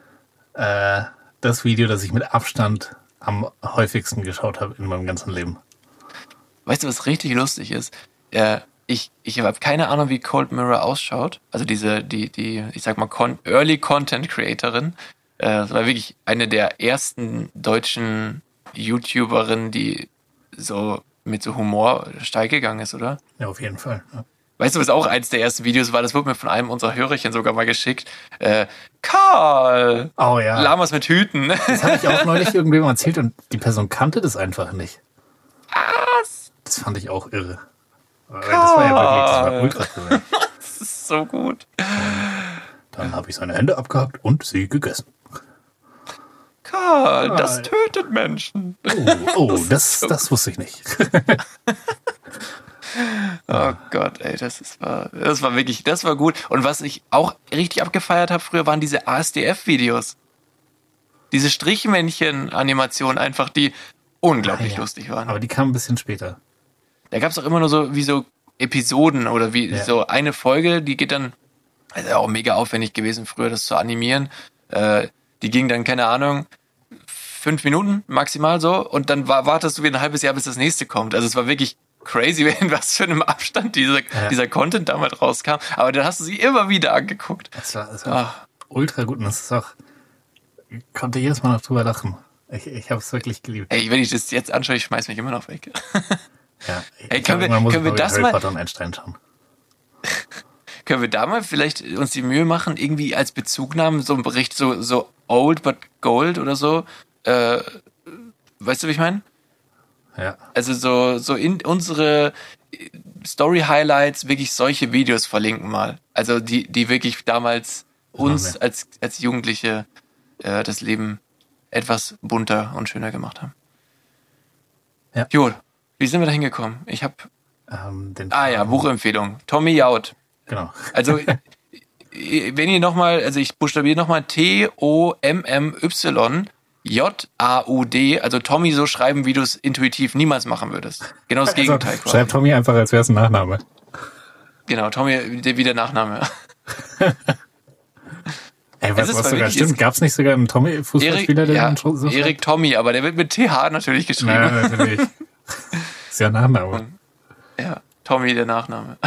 Video, das ich mit Abstand am häufigsten geschaut habe in meinem ganzen Leben. Weißt du, was richtig lustig ist? Ich habe keine Ahnung, wie Cold Mirror ausschaut. Also ich sag mal, Early Content Creatorin. Das war wirklich eine der ersten deutschen YouTuberinnen, die so mit so Humor steil gegangen ist, oder? Ja, auf jeden Fall. Ja. Weißt du, was auch eins der ersten Videos war? Das wurde mir von einem unserer Hörerchen sogar mal geschickt. Karl! Oh ja. Lamas mit Hüten. Das habe ich auch neulich irgendwem erzählt und die Person kannte das einfach nicht. Was? Das fand ich auch irre. Das war ja wirklich, das war ultra cool. Das ist so gut. Dann habe ich seine Hände abgehakt und sie gegessen. Karl, das tötet Menschen. Oh, das wusste ich nicht. Oh Gott, ey, das war gut. Und was ich auch richtig abgefeiert habe früher, waren diese ASDF-Videos. Diese Strichmännchen-Animationen einfach, die unglaublich lustig waren. Aber die kamen ein bisschen später. Da gab es auch immer nur so Episoden oder so eine Folge, die geht dann, also auch mega aufwendig gewesen früher, das zu animieren. Die ging dann, keine Ahnung, 5 Minuten maximal so und dann wartest du wieder ein halbes Jahr, bis das nächste kommt. Also es war wirklich crazy, in was für einem Abstand dieser Content damals rauskam. Aber dann hast du sie immer wieder angeguckt. Das war ultra gut und das ist auch, ich konnte jedes Mal noch drüber lachen. Ich habe es wirklich geliebt. Ey, wenn ich das jetzt anschaue, ich schmeiß mich immer noch weg. Ja, ey, können wir das Harry mal... Potter und Einstein schauen. Können wir da mal vielleicht uns die Mühe machen, irgendwie als Bezugnahmen so einen Bericht so old but gold oder so, weißt du, wie ich meine? Ja. Also so in unsere Story-Highlights wirklich solche Videos verlinken mal. Also die wirklich damals uns als Jugendliche das Leben etwas bunter und schöner gemacht haben. Ja. Gut, wie sind wir da hingekommen? Ich habe Buchempfehlung. Tommy Jaud. Genau. Also wenn ihr nochmal, also ich buchstabiere nochmal TOMMY-JAUD, also Tommy so schreiben, wie du es intuitiv niemals machen würdest. Genau das Gegenteil. Also, schreib Tommy einfach, als wäre es ein Nachname. Genau, Tommy wie der Nachname. Ey, was sogar stimmt, gab es nicht sogar einen Tommy-Fußballspieler, der dann schon so Erik Tommy, aber der wird mit TH natürlich geschrieben. Ja, natürlich. Ist ja ein Nachname. Ja, Tommy der Nachname.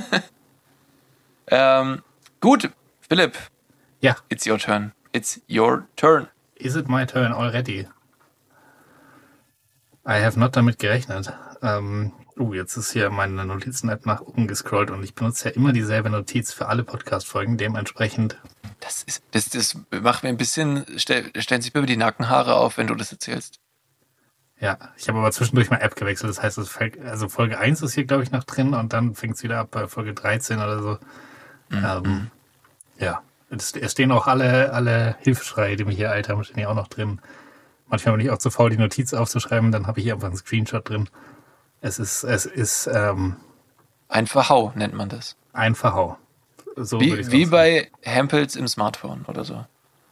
Gut, Philipp. Ja. It's your turn. It's your turn. Is it my turn already? I have not damit gerechnet. Jetzt ist hier meine Notizen-App nach oben gescrollt und ich benutze ja immer dieselbe Notiz für alle Podcast-Folgen. Dementsprechend. Das macht mir ein bisschen, stellen sich mir die Nackenhaare auf, wenn du das erzählst. Ja, ich habe aber zwischendurch mal App gewechselt. Das heißt, Folge 1 ist hier, glaube ich, noch drin und dann fängt es wieder ab bei Folge 13 oder so. Ja, es stehen auch alle Hilfeschreie, die mich hier ereilt haben, stehen hier auch noch drin. Manchmal bin ich auch zu faul, die Notiz aufzuschreiben, dann habe ich hier einfach einen Screenshot drin. Es ist ein Verhau nennt man das. Ein Verhau. So wie bei Hempels im Smartphone oder so.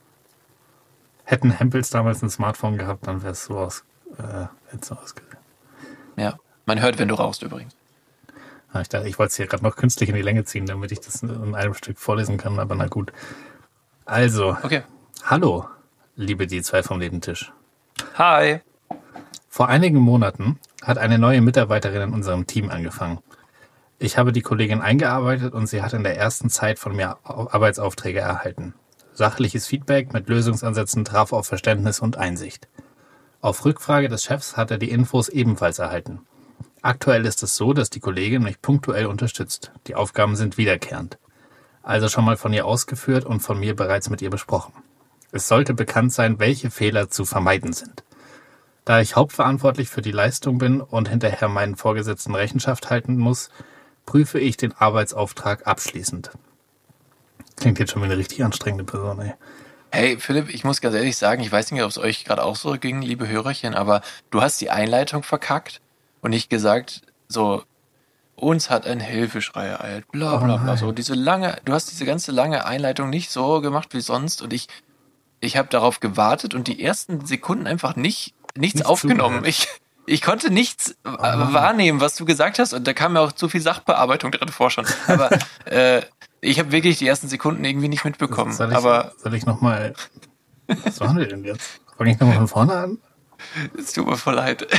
Hätten Hempels damals ein Smartphone gehabt, dann wäre es so ausgesehen. Ja, man hört, wenn du rauchst übrigens. Ich dachte, ich wollte es hier gerade noch künstlich in die Länge ziehen, damit ich das in einem Stück vorlesen kann, aber na gut. Also, okay. Hallo, liebe die zwei vom Nebentisch. Hi. Vor einigen Monaten hat eine neue Mitarbeiterin in unserem Team angefangen. Ich habe die Kollegin eingearbeitet und sie hat in der ersten Zeit von mir Arbeitsaufträge erhalten. Sachliches Feedback mit Lösungsansätzen traf auf Verständnis und Einsicht. Auf Rückfrage des Chefs hat er die Infos ebenfalls erhalten. Aktuell ist es so, dass die Kollegin mich punktuell unterstützt. Die Aufgaben sind wiederkehrend. Also schon mal von ihr ausgeführt und von mir bereits mit ihr besprochen. Es sollte bekannt sein, welche Fehler zu vermeiden sind. Da ich hauptverantwortlich für die Leistung bin und hinterher meinen Vorgesetzten Rechenschaft halten muss, prüfe ich den Arbeitsauftrag abschließend. Klingt jetzt schon wie eine richtig anstrengende Person, ey. Hey Philipp, ich muss ganz ehrlich sagen, ich weiß nicht, ob es euch gerade auch so ging, liebe Hörerchen, aber du hast die Einleitung verkackt und nicht gesagt, so, uns hat ein Hilfeschrei ereilt, bla bla bla. So, du hast diese ganze lange Einleitung nicht so gemacht wie sonst und ich habe darauf gewartet und die ersten Sekunden einfach nichts aufgenommen. Ich konnte nichts wahrnehmen, was du gesagt hast und da kam ja auch zu viel Sachbearbeitung drin vor schon. Aber ich habe wirklich die ersten Sekunden irgendwie nicht mitbekommen. Soll ich nochmal... Was machen wir denn jetzt? Fange ich nochmal von vorne an? Es tut mir voll leid.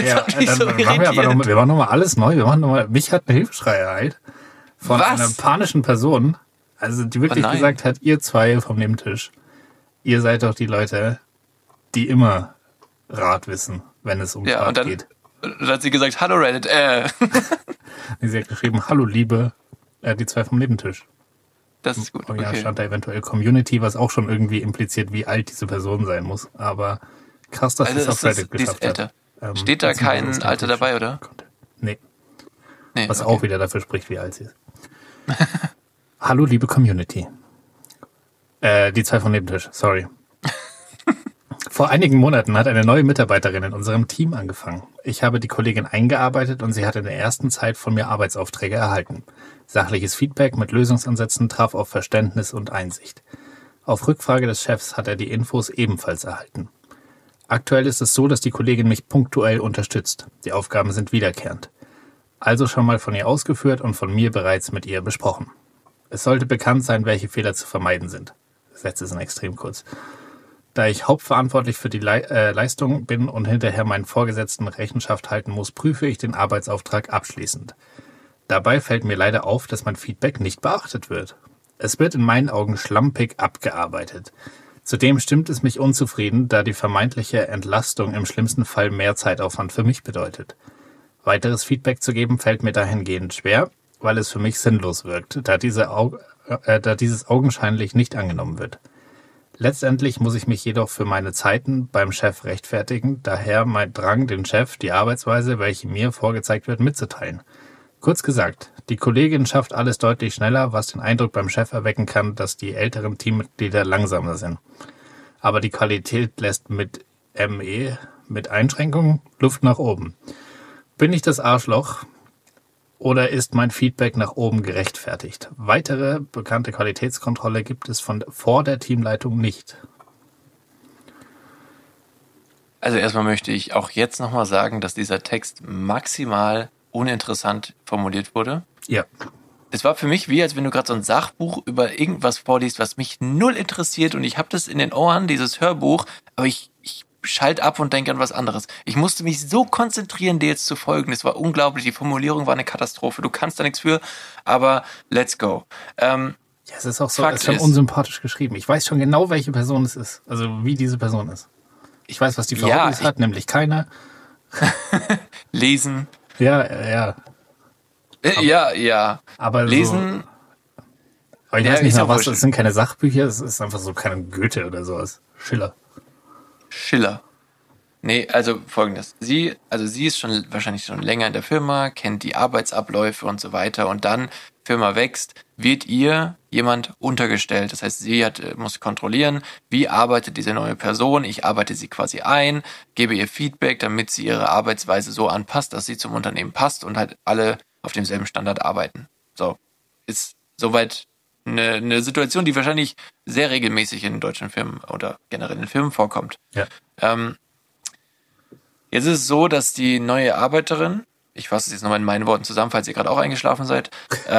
Wir machen nochmal alles neu. Mich hat eine Hilfeschrei ereilt von einer panischen Person, also die wirklich gesagt hat, ihr zwei vom Nebentisch, ihr seid doch die Leute, die immer Rat wissen, wenn es um Rat geht. Und dann hat sie gesagt, hallo Reddit, Sie hat geschrieben, hallo liebe, die zwei vom Nebentisch. Das ist gut. Und ja, stand da eventuell Community, was auch schon irgendwie impliziert, wie alt diese Person sein muss. Aber krass, dass sie es auf Reddit geschafft hat. Steht da kein Alter dabei, oder? Nee, was auch wieder dafür spricht, wie alt sie ist. Hallo liebe Community. Die zwei vom Nebentisch, sorry. Vor einigen Monaten hat eine neue Mitarbeiterin in unserem Team angefangen. Ich habe die Kollegin eingearbeitet und sie hat in der ersten Zeit von mir Arbeitsaufträge erhalten. Sachliches Feedback mit Lösungsansätzen traf auf Verständnis und Einsicht. Auf Rückfrage des Chefs hat er die Infos ebenfalls erhalten. Aktuell ist es so, dass die Kollegin mich punktuell unterstützt. Die Aufgaben sind wiederkehrend. Also schon mal von ihr ausgeführt und von mir bereits mit ihr besprochen. Es sollte bekannt sein, welche Fehler zu vermeiden sind. Die Sätze sind extrem kurz. Da ich hauptverantwortlich für die Leistung bin und hinterher meinen Vorgesetzten Rechenschaft halten muss, prüfe ich den Arbeitsauftrag abschließend. Dabei fällt mir leider auf, dass mein Feedback nicht beachtet wird. Es wird in meinen Augen schlampig abgearbeitet. Zudem stimmt es mich unzufrieden, da die vermeintliche Entlastung im schlimmsten Fall mehr Zeitaufwand für mich bedeutet. Weiteres Feedback zu geben fällt mir dahingehend schwer, weil es für mich sinnlos wirkt, da dieses augenscheinlich nicht angenommen wird. Letztendlich muss ich mich jedoch für meine Zeiten beim Chef rechtfertigen, daher mein Drang, den Chef die Arbeitsweise, welche mir vorgezeigt wird, mitzuteilen. Kurz gesagt, die Kollegin schafft alles deutlich schneller, was den Eindruck beim Chef erwecken kann, dass die älteren Teammitglieder langsamer sind. Aber die Qualität lässt mit Einschränkungen Luft nach oben. Bin ich das Arschloch oder ist mein Feedback nach oben gerechtfertigt? Weitere bekannte Qualitätskontrolle gibt es vor der Teamleitung nicht. Also erstmal möchte ich auch jetzt nochmal sagen, dass dieser Text maximal uninteressant formuliert wurde. Ja. Es war für mich wie, als wenn du gerade so ein Sachbuch über irgendwas vorliest, was mich null interessiert und ich habe das in den Ohren, dieses Hörbuch, aber ich schalte ab und denke an was anderes. Ich musste mich so konzentrieren, dir jetzt zu folgen. Das war unglaublich. Die Formulierung war eine Katastrophe. Du kannst da nichts für, aber let's go. Ja, es ist auch so, es ist schon unsympathisch geschrieben. Ich weiß schon genau, welche Person es ist. Also wie diese Person ist. Ich weiß, was die Frau hat, nämlich keine. Lesen. Ja. Ja. Aber lesen. So, aber ich weiß nicht mehr was. Es sind keine Sachbücher. Es ist einfach so kein Goethe oder sowas. Schiller. Nee, also folgendes. Sie ist wahrscheinlich schon länger in der Firma, kennt die Arbeitsabläufe und so weiter und dann Firma wächst, wird ihr jemand untergestellt. Das heißt, sie muss kontrollieren, wie arbeitet diese neue Person. Ich arbeite sie quasi ein, gebe ihr Feedback, damit sie ihre Arbeitsweise so anpasst, dass sie zum Unternehmen passt und halt alle auf demselben Standard arbeiten. So, ist soweit eine Situation, die wahrscheinlich sehr regelmäßig in deutschen Firmen oder generell in Firmen vorkommt. Ja. Jetzt ist es so, dass die neue Arbeiterin, ich fasse es jetzt nochmal in meinen Worten zusammen, falls ihr gerade auch eingeschlafen seid,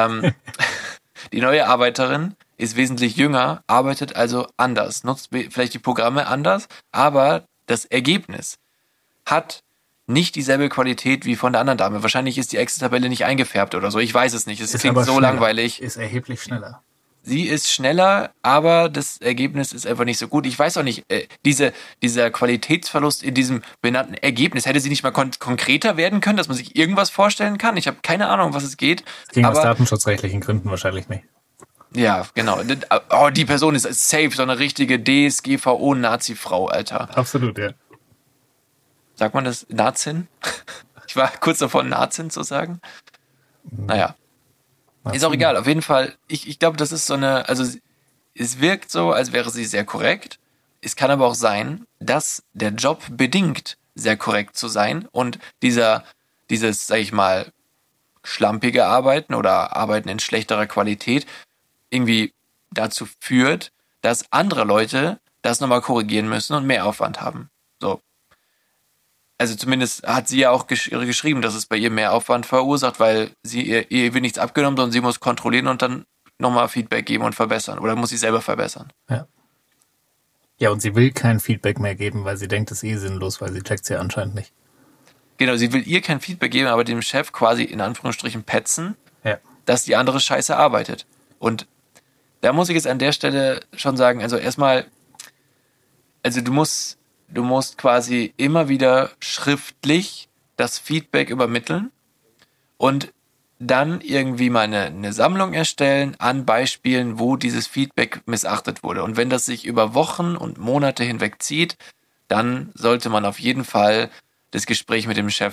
die neue Arbeiterin ist wesentlich jünger, arbeitet also anders, nutzt vielleicht die Programme anders, aber das Ergebnis hat nicht dieselbe Qualität wie von der anderen Dame. Wahrscheinlich ist die Excel-Tabelle nicht eingefärbt oder so. Ich weiß es nicht. Es klingt so langweilig. Ist erheblich schneller. Sie ist schneller, aber das Ergebnis ist einfach nicht so gut. Ich weiß auch nicht, dieser Qualitätsverlust in diesem benannten Ergebnis, hätte sie nicht mal konkreter werden können, dass man sich irgendwas vorstellen kann? Ich habe keine Ahnung, um was es geht. Es ging aus datenschutzrechtlichen Gründen wahrscheinlich nicht. Ja, genau. Oh, die Person ist safe, so eine richtige DSGVO-Nazi-Frau, Alter. Absolut, ja. Sagt man das Nazin? Ich war kurz davor, Nazin zu sagen. Naja. Ist auch egal, auf jeden Fall. Ich glaube, das ist so also es wirkt so, als wäre sie sehr korrekt. Es kann aber auch sein, dass der Job bedingt, sehr korrekt zu sein und dieses, sag ich mal, schlampige Arbeiten oder Arbeiten in schlechterer Qualität irgendwie dazu führt, dass andere Leute das nochmal korrigieren müssen und mehr Aufwand haben. So. Also zumindest hat sie ja auch geschrieben, dass es bei ihr mehr Aufwand verursacht, weil ihr wird nichts abgenommen, sondern sie muss kontrollieren und dann nochmal Feedback geben und verbessern. Oder muss sie selber verbessern. Ja. Ja, und sie will kein Feedback mehr geben, weil sie denkt, es ist sinnlos, weil sie checkt es ja anscheinend nicht. Genau, sie will ihr kein Feedback geben, aber dem Chef quasi in Anführungsstrichen petzen, dass die andere Scheiße arbeitet. Und da muss ich jetzt an der Stelle schon sagen, also erstmal, also du musst quasi immer wieder schriftlich das Feedback übermitteln und dann irgendwie mal eine Sammlung erstellen an Beispielen, wo dieses Feedback missachtet wurde. Und wenn das sich über Wochen und Monate hinweg zieht, dann sollte man auf jeden Fall das Gespräch mit dem Chef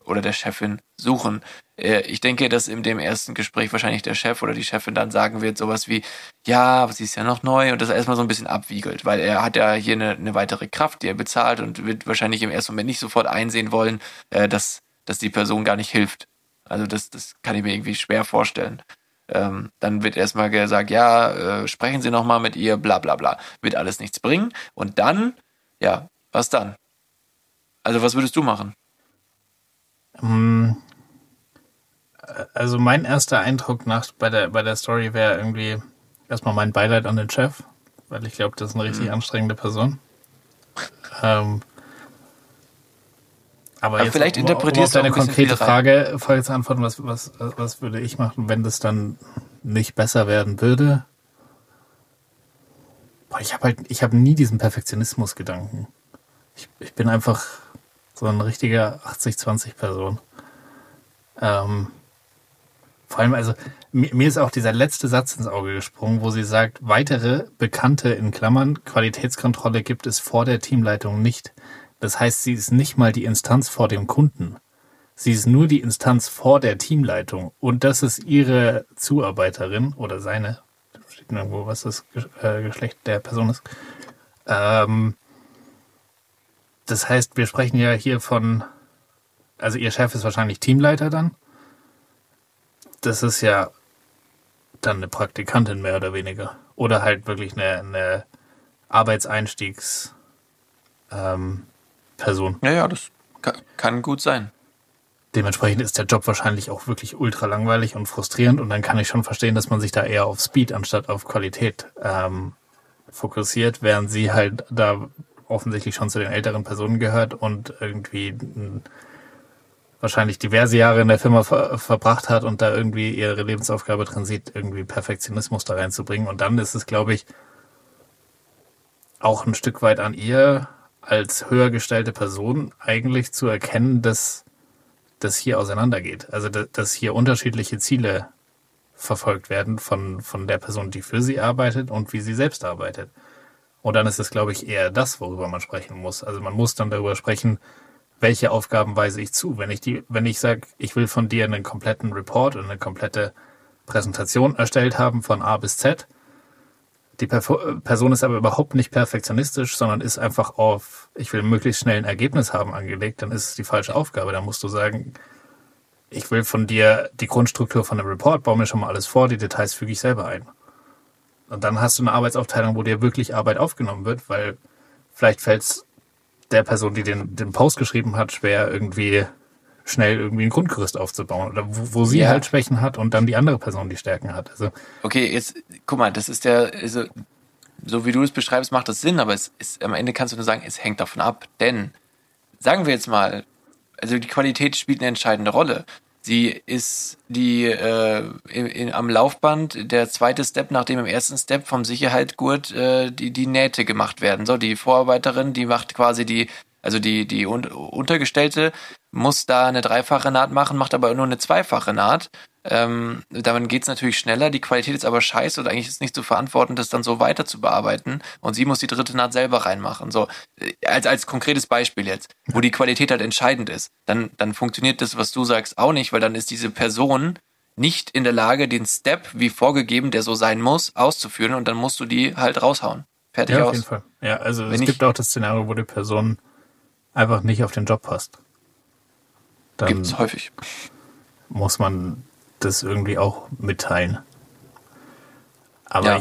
oder der Chefin suchen. Ich denke, dass in dem ersten Gespräch wahrscheinlich der Chef oder die Chefin dann sagen wird, sowas wie, ja, aber sie ist ja noch neu und das erstmal so ein bisschen abwiegelt, weil er hat ja hier eine weitere Kraft, die er bezahlt und wird wahrscheinlich im ersten Moment nicht sofort einsehen wollen, dass die Person gar nicht hilft. Also das kann ich mir irgendwie schwer vorstellen. Dann wird erstmal gesagt, ja, sprechen Sie nochmal mit ihr, bla bla bla. Wird alles nichts bringen. Und dann, ja, was dann? Also was würdest du machen? Also mein erster Eindruck bei der Story wäre irgendwie erstmal mein Beileid an den Chef, weil ich glaube, das ist eine richtig anstrengende Person. Aber jetzt vielleicht interpretierst du du eine auch ein bisschen konkrete viel Frage zu antworten, was würde ich machen, wenn das dann nicht besser werden würde? Boah, ich habe nie diesen Perfektionismus-Gedanken. Ich bin einfach so ein richtiger 80-20-Person. Vor allem, also mir ist auch dieser letzte Satz ins Auge gesprungen, wo sie sagt, weitere bekannte, in Klammern, Qualitätskontrolle gibt es vor der Teamleitung nicht. Das heißt, sie ist nicht mal die Instanz vor dem Kunden. Sie ist nur die Instanz vor der Teamleitung. Und das ist ihre Zuarbeiterin oder seine, da steht nirgendwo, was das Geschlecht der Person ist. Das heißt, wir sprechen ja hier von, also ihr Chef ist wahrscheinlich Teamleiter dann. Das ist ja dann eine Praktikantin mehr oder weniger. Oder halt wirklich eine Arbeitseinstiegs Person. Ja, das kann gut sein. Dementsprechend ist der Job wahrscheinlich auch wirklich ultra langweilig und frustrierend und dann kann ich schon verstehen, dass man sich da eher auf Speed anstatt auf Qualität fokussiert, während sie halt da offensichtlich schon zu den älteren Personen gehört und irgendwie wahrscheinlich diverse Jahre in der Firma verbracht hat und da irgendwie ihre Lebensaufgabe drin sieht, irgendwie Perfektionismus da reinzubringen. Und dann ist es, glaube ich, auch ein Stück weit an ihr als höher gestellte Person eigentlich zu erkennen, dass das hier auseinandergeht. Also dass hier unterschiedliche Ziele verfolgt werden von der Person, die für sie arbeitet und wie sie selbst arbeitet. Und dann ist es, glaube ich, eher das, worüber man sprechen muss. Also man muss dann darüber sprechen, welche Aufgaben weise ich zu. Wenn ich sage, ich will von dir einen kompletten Report und eine komplette Präsentation erstellt haben von A bis Z, die Person ist aber überhaupt nicht perfektionistisch, sondern ist einfach auf, ich will möglichst schnell ein Ergebnis haben angelegt, dann ist es die falsche Aufgabe. Dann musst du sagen, ich will von dir die Grundstruktur von einem Report, baue mir schon mal alles vor, die Details füge ich selber ein. Und dann hast du eine Arbeitsaufteilung, wo dir wirklich Arbeit aufgenommen wird, weil vielleicht fällt es der Person, die den Post geschrieben hat, schwer, irgendwie schnell irgendwie ein Grundgerüst aufzubauen. Oder wo sie halt Schwächen hat und dann die andere Person die Stärken hat. Also okay, jetzt, guck mal, das ist also, so wie du es beschreibst, macht das Sinn, aber es ist, am Ende kannst du nur sagen, es hängt davon ab. Denn, sagen wir jetzt mal, also die Qualität spielt eine entscheidende Rolle. Sie ist am Laufband der zweite Step, nachdem im ersten Step vom Sicherheitsgurt die Nähte gemacht werden. So, die Vorarbeiterin, die macht quasi die Untergestellte, muss da eine dreifache Naht machen, macht aber nur eine zweifache Naht. Damit geht's natürlich schneller, die Qualität ist aber scheiße und eigentlich ist nicht zu verantworten, das dann so weiter zu bearbeiten und sie muss die dritte Naht selber reinmachen. So, als konkretes Beispiel jetzt, wo die Qualität halt entscheidend ist, dann funktioniert das, was du sagst, auch nicht, weil dann ist diese Person nicht in der Lage, den Step, wie vorgegeben, der so sein muss, auszuführen und dann musst du die halt raushauen. Fertig aus. Ja, auf jeden Fall. Ja, also es gibt auch das Szenario, wo die Person einfach nicht auf den Job passt. Dann gibt's häufig. Muss man das irgendwie auch mitteilen. Aber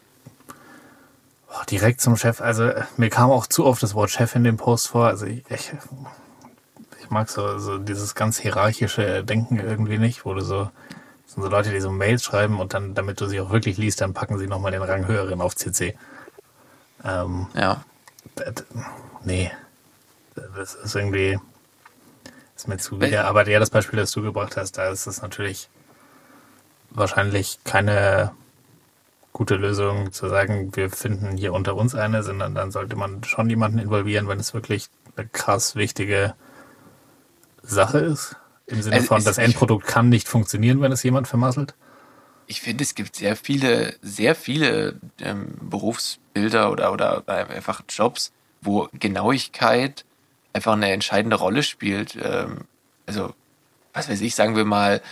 direkt zum Chef, also mir kam auch zu oft das Wort Chef in dem Post vor. Also ich mag so dieses ganz hierarchische Denken irgendwie nicht, wo du so Leute, die so Mails schreiben und dann, damit du sie auch wirklich liest, dann packen sie nochmal den Rang höheren auf CC. Nee. Das ist irgendwie, ist mir zu wieder. Aber ja, das Beispiel, das du gebracht hast, da ist es natürlich wahrscheinlich keine gute Lösung zu sagen, wir finden hier unter uns eine, sondern dann sollte man schon jemanden involvieren, wenn es wirklich eine krass wichtige Sache ist. Im Sinne von, das Endprodukt kann nicht funktionieren, wenn es jemand vermasselt. Ich finde, es gibt sehr viele Berufsbilder oder einfach Jobs, wo Genauigkeit einfach eine entscheidende Rolle spielt. also, was weiß ich, sagen wir mal,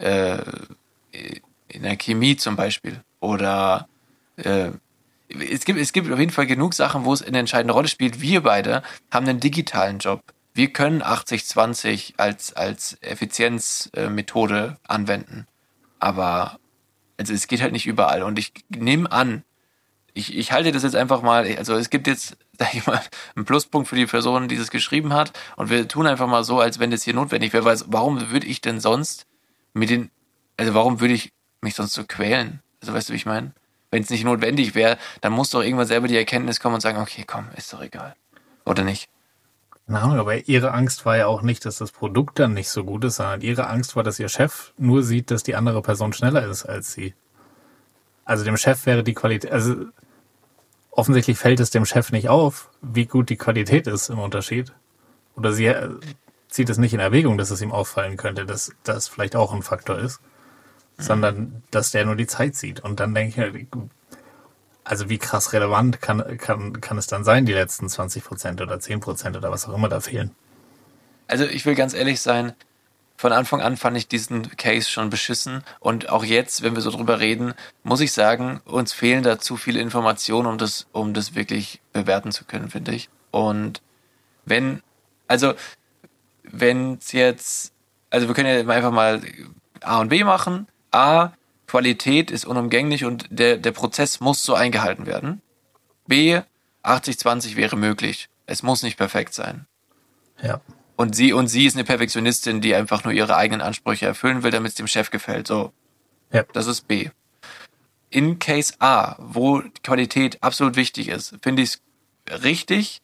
in der Chemie zum Beispiel. Oder es gibt auf jeden Fall genug Sachen, wo es eine entscheidende Rolle spielt. Wir beide haben einen digitalen Job. Wir können 80-20 als Effizienzmethode anwenden. Aber also es geht halt nicht überall. Und ich nehme an, ich halte das jetzt einfach mal, also es gibt jetzt, sag ich mal, einen Pluspunkt für die Person, die das geschrieben hat. Und wir tun einfach mal so, als wenn das hier notwendig wäre. Weil warum würde ich denn sonst warum würde ich mich sonst so quälen? Also weißt du, wie ich meine? Wenn es nicht notwendig wäre, dann muss doch irgendwann selber die Erkenntnis kommen und sagen, okay, komm, ist doch egal. Oder nicht? Keine Ahnung, aber ihre Angst war ja auch nicht, dass das Produkt dann nicht so gut ist, sondern ihre Angst war, dass ihr Chef nur sieht, dass die andere Person schneller ist als sie. Also dem Chef wäre die Qualität, also offensichtlich fällt es dem Chef nicht auf, wie gut die Qualität ist im Unterschied. Oder sie zieht es nicht in Erwägung, dass es ihm auffallen könnte, dass das vielleicht auch ein Faktor ist, sondern dass der nur die Zeit sieht. Und dann denke ich, also wie krass relevant kann es dann sein, die letzten 20% oder 10% oder was auch immer da fehlen? Also ich will ganz ehrlich sein, von Anfang an fand ich diesen Case schon beschissen und auch jetzt, wenn wir so drüber reden, muss ich sagen, uns fehlen da zu viele Informationen, um das wirklich bewerten zu können, finde ich. Und wenn es jetzt, also wir können ja einfach mal A und B machen. A, Qualität ist unumgänglich und der Prozess muss so eingehalten werden. B, 80-20 wäre möglich. Es muss nicht perfekt sein. Ja. Und sie ist eine Perfektionistin, die einfach nur ihre eigenen Ansprüche erfüllen will, damit es dem Chef gefällt. So. Ja. Das ist B. In Case A, wo Qualität absolut wichtig ist, finde ich es richtig,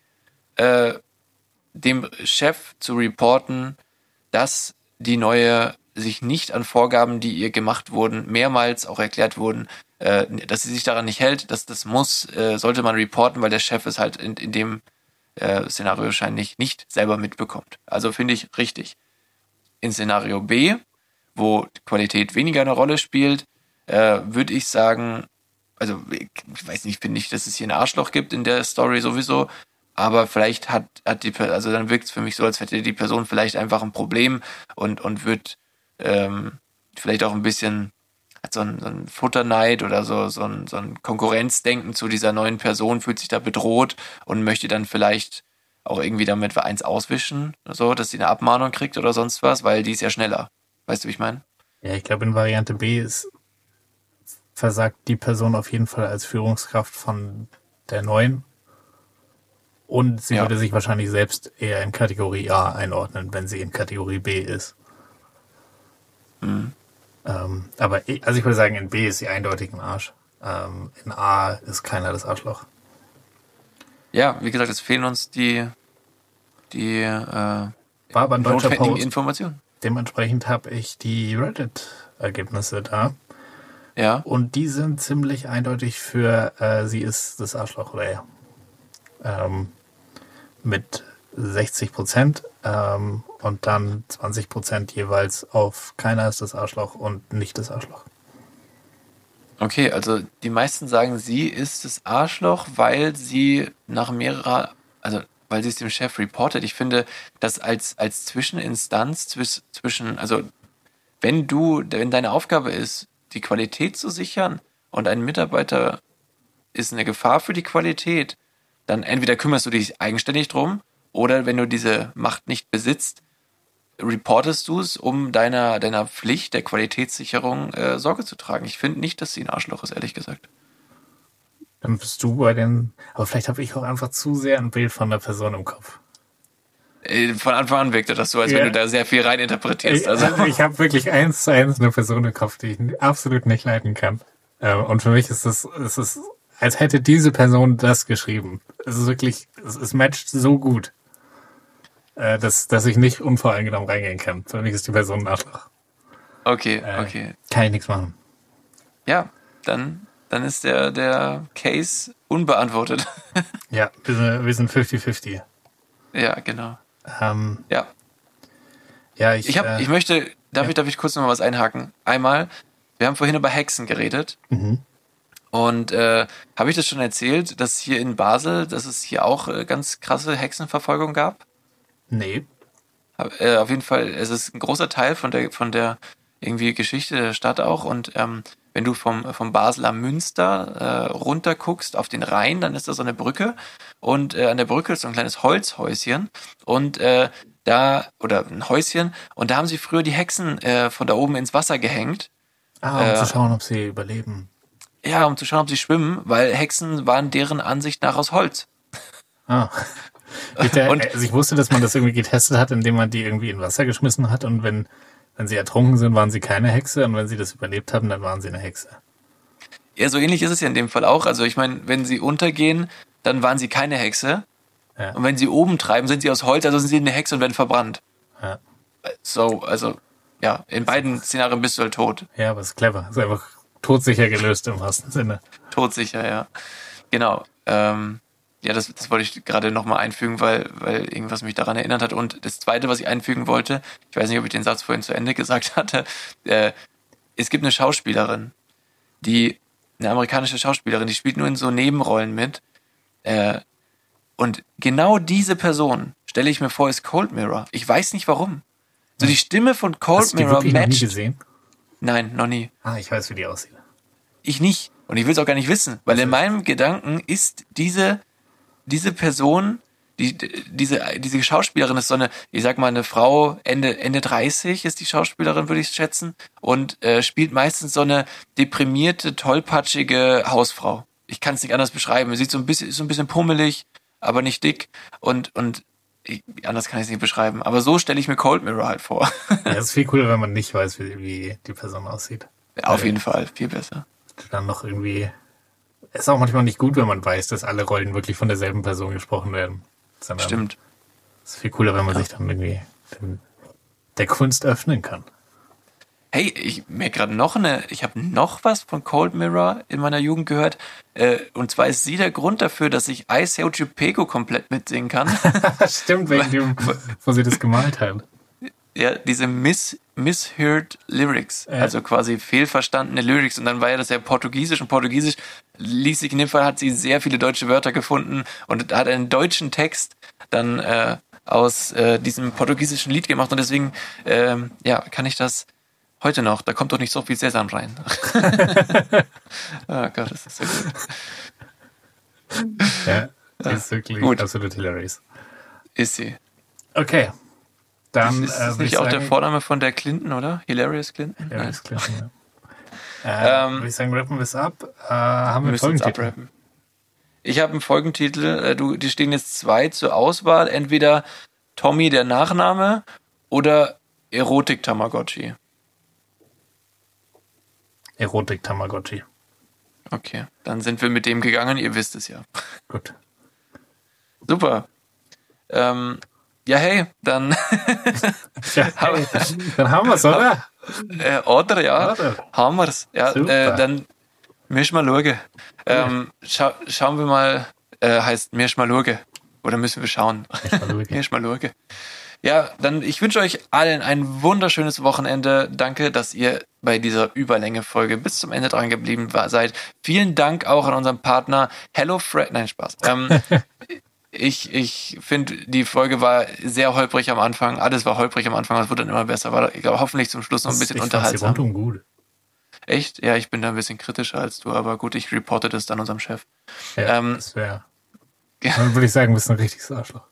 dem Chef zu reporten, dass die neue sich nicht an Vorgaben, die ihr gemacht wurden, mehrmals auch erklärt wurden, dass sie sich daran nicht hält, das sollte man reporten, weil der Chef es halt in dem Szenario wahrscheinlich nicht selber mitbekommt. Also finde ich richtig. In Szenario B, wo Qualität weniger eine Rolle spielt, würde ich sagen, also ich weiß nicht, finde ich, dass es hier ein Arschloch gibt in der Story sowieso, aber vielleicht also dann wirkt es für mich so, als hätte die Person vielleicht einfach ein Problem und wird vielleicht auch ein bisschen hat so ein Futterneid oder so ein Konkurrenzdenken zu dieser neuen Person, fühlt sich da bedroht und möchte dann vielleicht auch irgendwie damit eins auswischen, so, dass sie eine Abmahnung kriegt oder sonst was, weil die ist ja schneller. Weißt du, wie ich meine? Ja, ich glaube, in Variante B versagt die Person auf jeden Fall als Führungskraft von der neuen. Und sie würde sich wahrscheinlich selbst eher in Kategorie A einordnen, wenn sie in Kategorie B ist. Mhm. Aber ich würde sagen, in B ist sie eindeutig ein Arsch. In A ist keiner das Arschloch. Ja, wie gesagt, es fehlen uns die war aber ein deutscher Post. Informationen. Dementsprechend habe ich die Reddit-Ergebnisse da. Ja. Und die sind ziemlich eindeutig für sie ist das Arschloch oder er. Mit 60% und dann 20% jeweils auf keiner ist das Arschloch und nicht das Arschloch. Okay, also die meisten sagen, sie ist das Arschloch, weil sie weil sie es dem Chef reportet. Ich finde, das als Zwischeninstanz also wenn deine Aufgabe ist, die Qualität zu sichern und ein Mitarbeiter ist eine Gefahr für die Qualität, dann entweder kümmerst du dich eigenständig drum oder wenn du diese Macht nicht besitzt, reportest du es, um deiner Pflicht der Qualitätssicherung Sorge zu tragen. Ich finde nicht, dass sie ein Arschloch ist, ehrlich gesagt. Dann bist du aber vielleicht habe ich auch einfach zu sehr ein Bild von der Person im Kopf. Von Anfang an wirkte das so, als wenn du da sehr viel reininterpretierst. Also ich habe wirklich 1:1 eine Person im Kopf, die ich absolut nicht leiten kann. Und für mich ist es ist, als hätte diese Person das geschrieben. Es ist wirklich, es matcht so gut, dass ich nicht unvoreingenommen reingehen kann. Für mich ist die Person ein Arschloch. Okay. Kann ich nichts machen. Ja, dann ist der Case unbeantwortet. Ja, wir sind 50-50. Ja, genau. Ja, darf ich kurz noch mal was einhaken? Einmal, wir haben vorhin über Hexen geredet. Mhm. Und habe ich das schon erzählt, dass es hier auch ganz krasse Hexenverfolgung gab? Nee. Auf jeden Fall, es ist ein großer Teil von der irgendwie Geschichte der Stadt auch. Und wenn du vom Basler Münster runter guckst auf den Rhein, dann ist da so eine Brücke. Und an der Brücke ist so ein kleines Holzhäuschen. Und oder ein Häuschen. Und da haben sie früher die Hexen von da oben ins Wasser gehängt. Um zu schauen, ob sie überleben. Ja, um zu schauen, ob sie schwimmen, weil Hexen waren deren Ansicht nach aus Holz. Also ich wusste, dass man das irgendwie getestet hat, indem man die irgendwie in Wasser geschmissen hat und wenn sie ertrunken sind, waren sie keine Hexe und wenn sie das überlebt haben, dann waren sie eine Hexe. Ja, so ähnlich ist es ja in dem Fall auch. Also ich meine, wenn sie untergehen, dann waren sie keine Hexe. Ja. Und wenn sie oben treiben, sind sie aus Holz, also sind sie eine Hexe und werden verbrannt. Ja. In beiden Szenarien bist du halt tot. Ja, aber ist clever. Ist einfach todsicher gelöst im wahrsten Sinne. Todsicher, ja. Genau. Das wollte ich gerade nochmal einfügen, weil irgendwas mich daran erinnert hat. Und das Zweite, was ich einfügen wollte, ich weiß nicht, ob ich den Satz vorhin zu Ende gesagt hatte, es gibt eine Schauspielerin, eine amerikanische Schauspielerin, die spielt nur in so Nebenrollen mit. Und genau diese Person, stelle ich mir vor, ist Cold Mirror. Ich weiß nicht warum. So die Stimme von Cold Mirror matcht. Hast du die wirklich noch nie gesehen? Nein, noch nie. Ich weiß, wie die aussieht. Ich nicht. Und ich will es auch gar nicht wissen, weil in meinem Gedanken ist diese Person, diese Schauspielerin ist so eine, ich sag mal, eine Frau, Ende 30 ist die Schauspielerin, würde ich schätzen, und spielt meistens so eine deprimierte, tollpatschige Hausfrau. Ich kann es nicht anders beschreiben. Sie ist so ein bisschen pummelig, aber nicht dick und anders kann ich es nicht beschreiben. Aber so stelle ich mir Cold Mirror halt vor. Ja, es ist viel cooler, wenn man nicht weiß, wie die Person aussieht. Ja, auf jeden Fall, viel besser. Dann noch irgendwie... Es ist auch manchmal nicht gut, wenn man weiß, dass alle Rollen wirklich von derselben Person gesprochen werden. Stimmt. Es ist viel cooler, wenn man sich dann irgendwie der Kunst öffnen kann. Hey, ich habe noch was von Cold Mirror in meiner Jugend gehört. Und zwar ist sie der Grund dafür, dass ich I Say Chupego komplett mitsingen kann. Stimmt, wegen dem, wo sie das gemalt haben. Ja, diese misheard Lyrics, also quasi fehlverstandene Lyrics. Und dann war ja das ja Portugiesisch und Portugiesisch ließ sich in dem Fall, hat sie sehr viele deutsche Wörter gefunden und hat einen deutschen Text dann aus diesem portugiesischen Lied gemacht. Und deswegen kann ich das heute noch. Da kommt doch nicht so viel Sesam rein. Oh Gott, das ist so gut. Ja, das ist wirklich gut. Absolut hilarious. Ist sie. Okay. Dann ist das nicht auch der Vorname von der Clinton, oder? Hilarious Clinton? Hilarious Clinton, ja. Würde ich sagen, rappen wir es ab. Haben wir einen Folgentitel? Abrappen. Ich habe einen Folgentitel. Die stehen jetzt 2 zur Auswahl. Entweder Tommy, der Nachname, oder Erotik Tamagotchi. Erotik Tamagotchi. Okay, dann sind wir mit dem gegangen. Ihr wisst es ja. Gut. Super. Ja, hey, dann dann haben wir es, oder? Oder, ja. Haben wir es. Ja, dann müssen wir schauen. Schauen wir mal, heißt müssen wir schauen. Oder müssen wir schauen? Müssen wir schauen. Ja, dann ich wünsche euch allen ein wunderschönes Wochenende. Danke, dass ihr bei dieser Überlänge-Folge bis zum Ende dran geblieben seid. Vielen Dank auch an unseren Partner HelloFresh. Nein, Spaß. Ich finde, die Folge war sehr holprig am Anfang. Alles war holprig am Anfang, es wurde dann immer besser. War hoffentlich zum Schluss noch ein bisschen unterhaltsam. Rundum gut. Echt? Ja, ich bin da ein bisschen kritischer als du, aber gut, ich reporte das dann unserem Chef. Ja, das wäre, dann würde ich sagen, du bist ein richtiges Arschloch.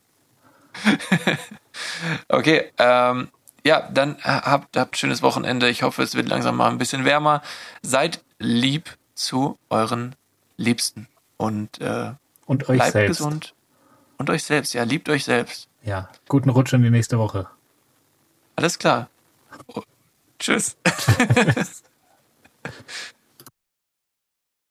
Okay, dann habt ein schönes Wochenende. Ich hoffe, es wird langsam mal ein bisschen wärmer. Seid lieb zu euren Liebsten und euch bleibt selbst. Gesund. Und euch selbst, ja, liebt euch selbst. Ja, guten Rutsch in die nächste Woche. Alles klar. Tschüss.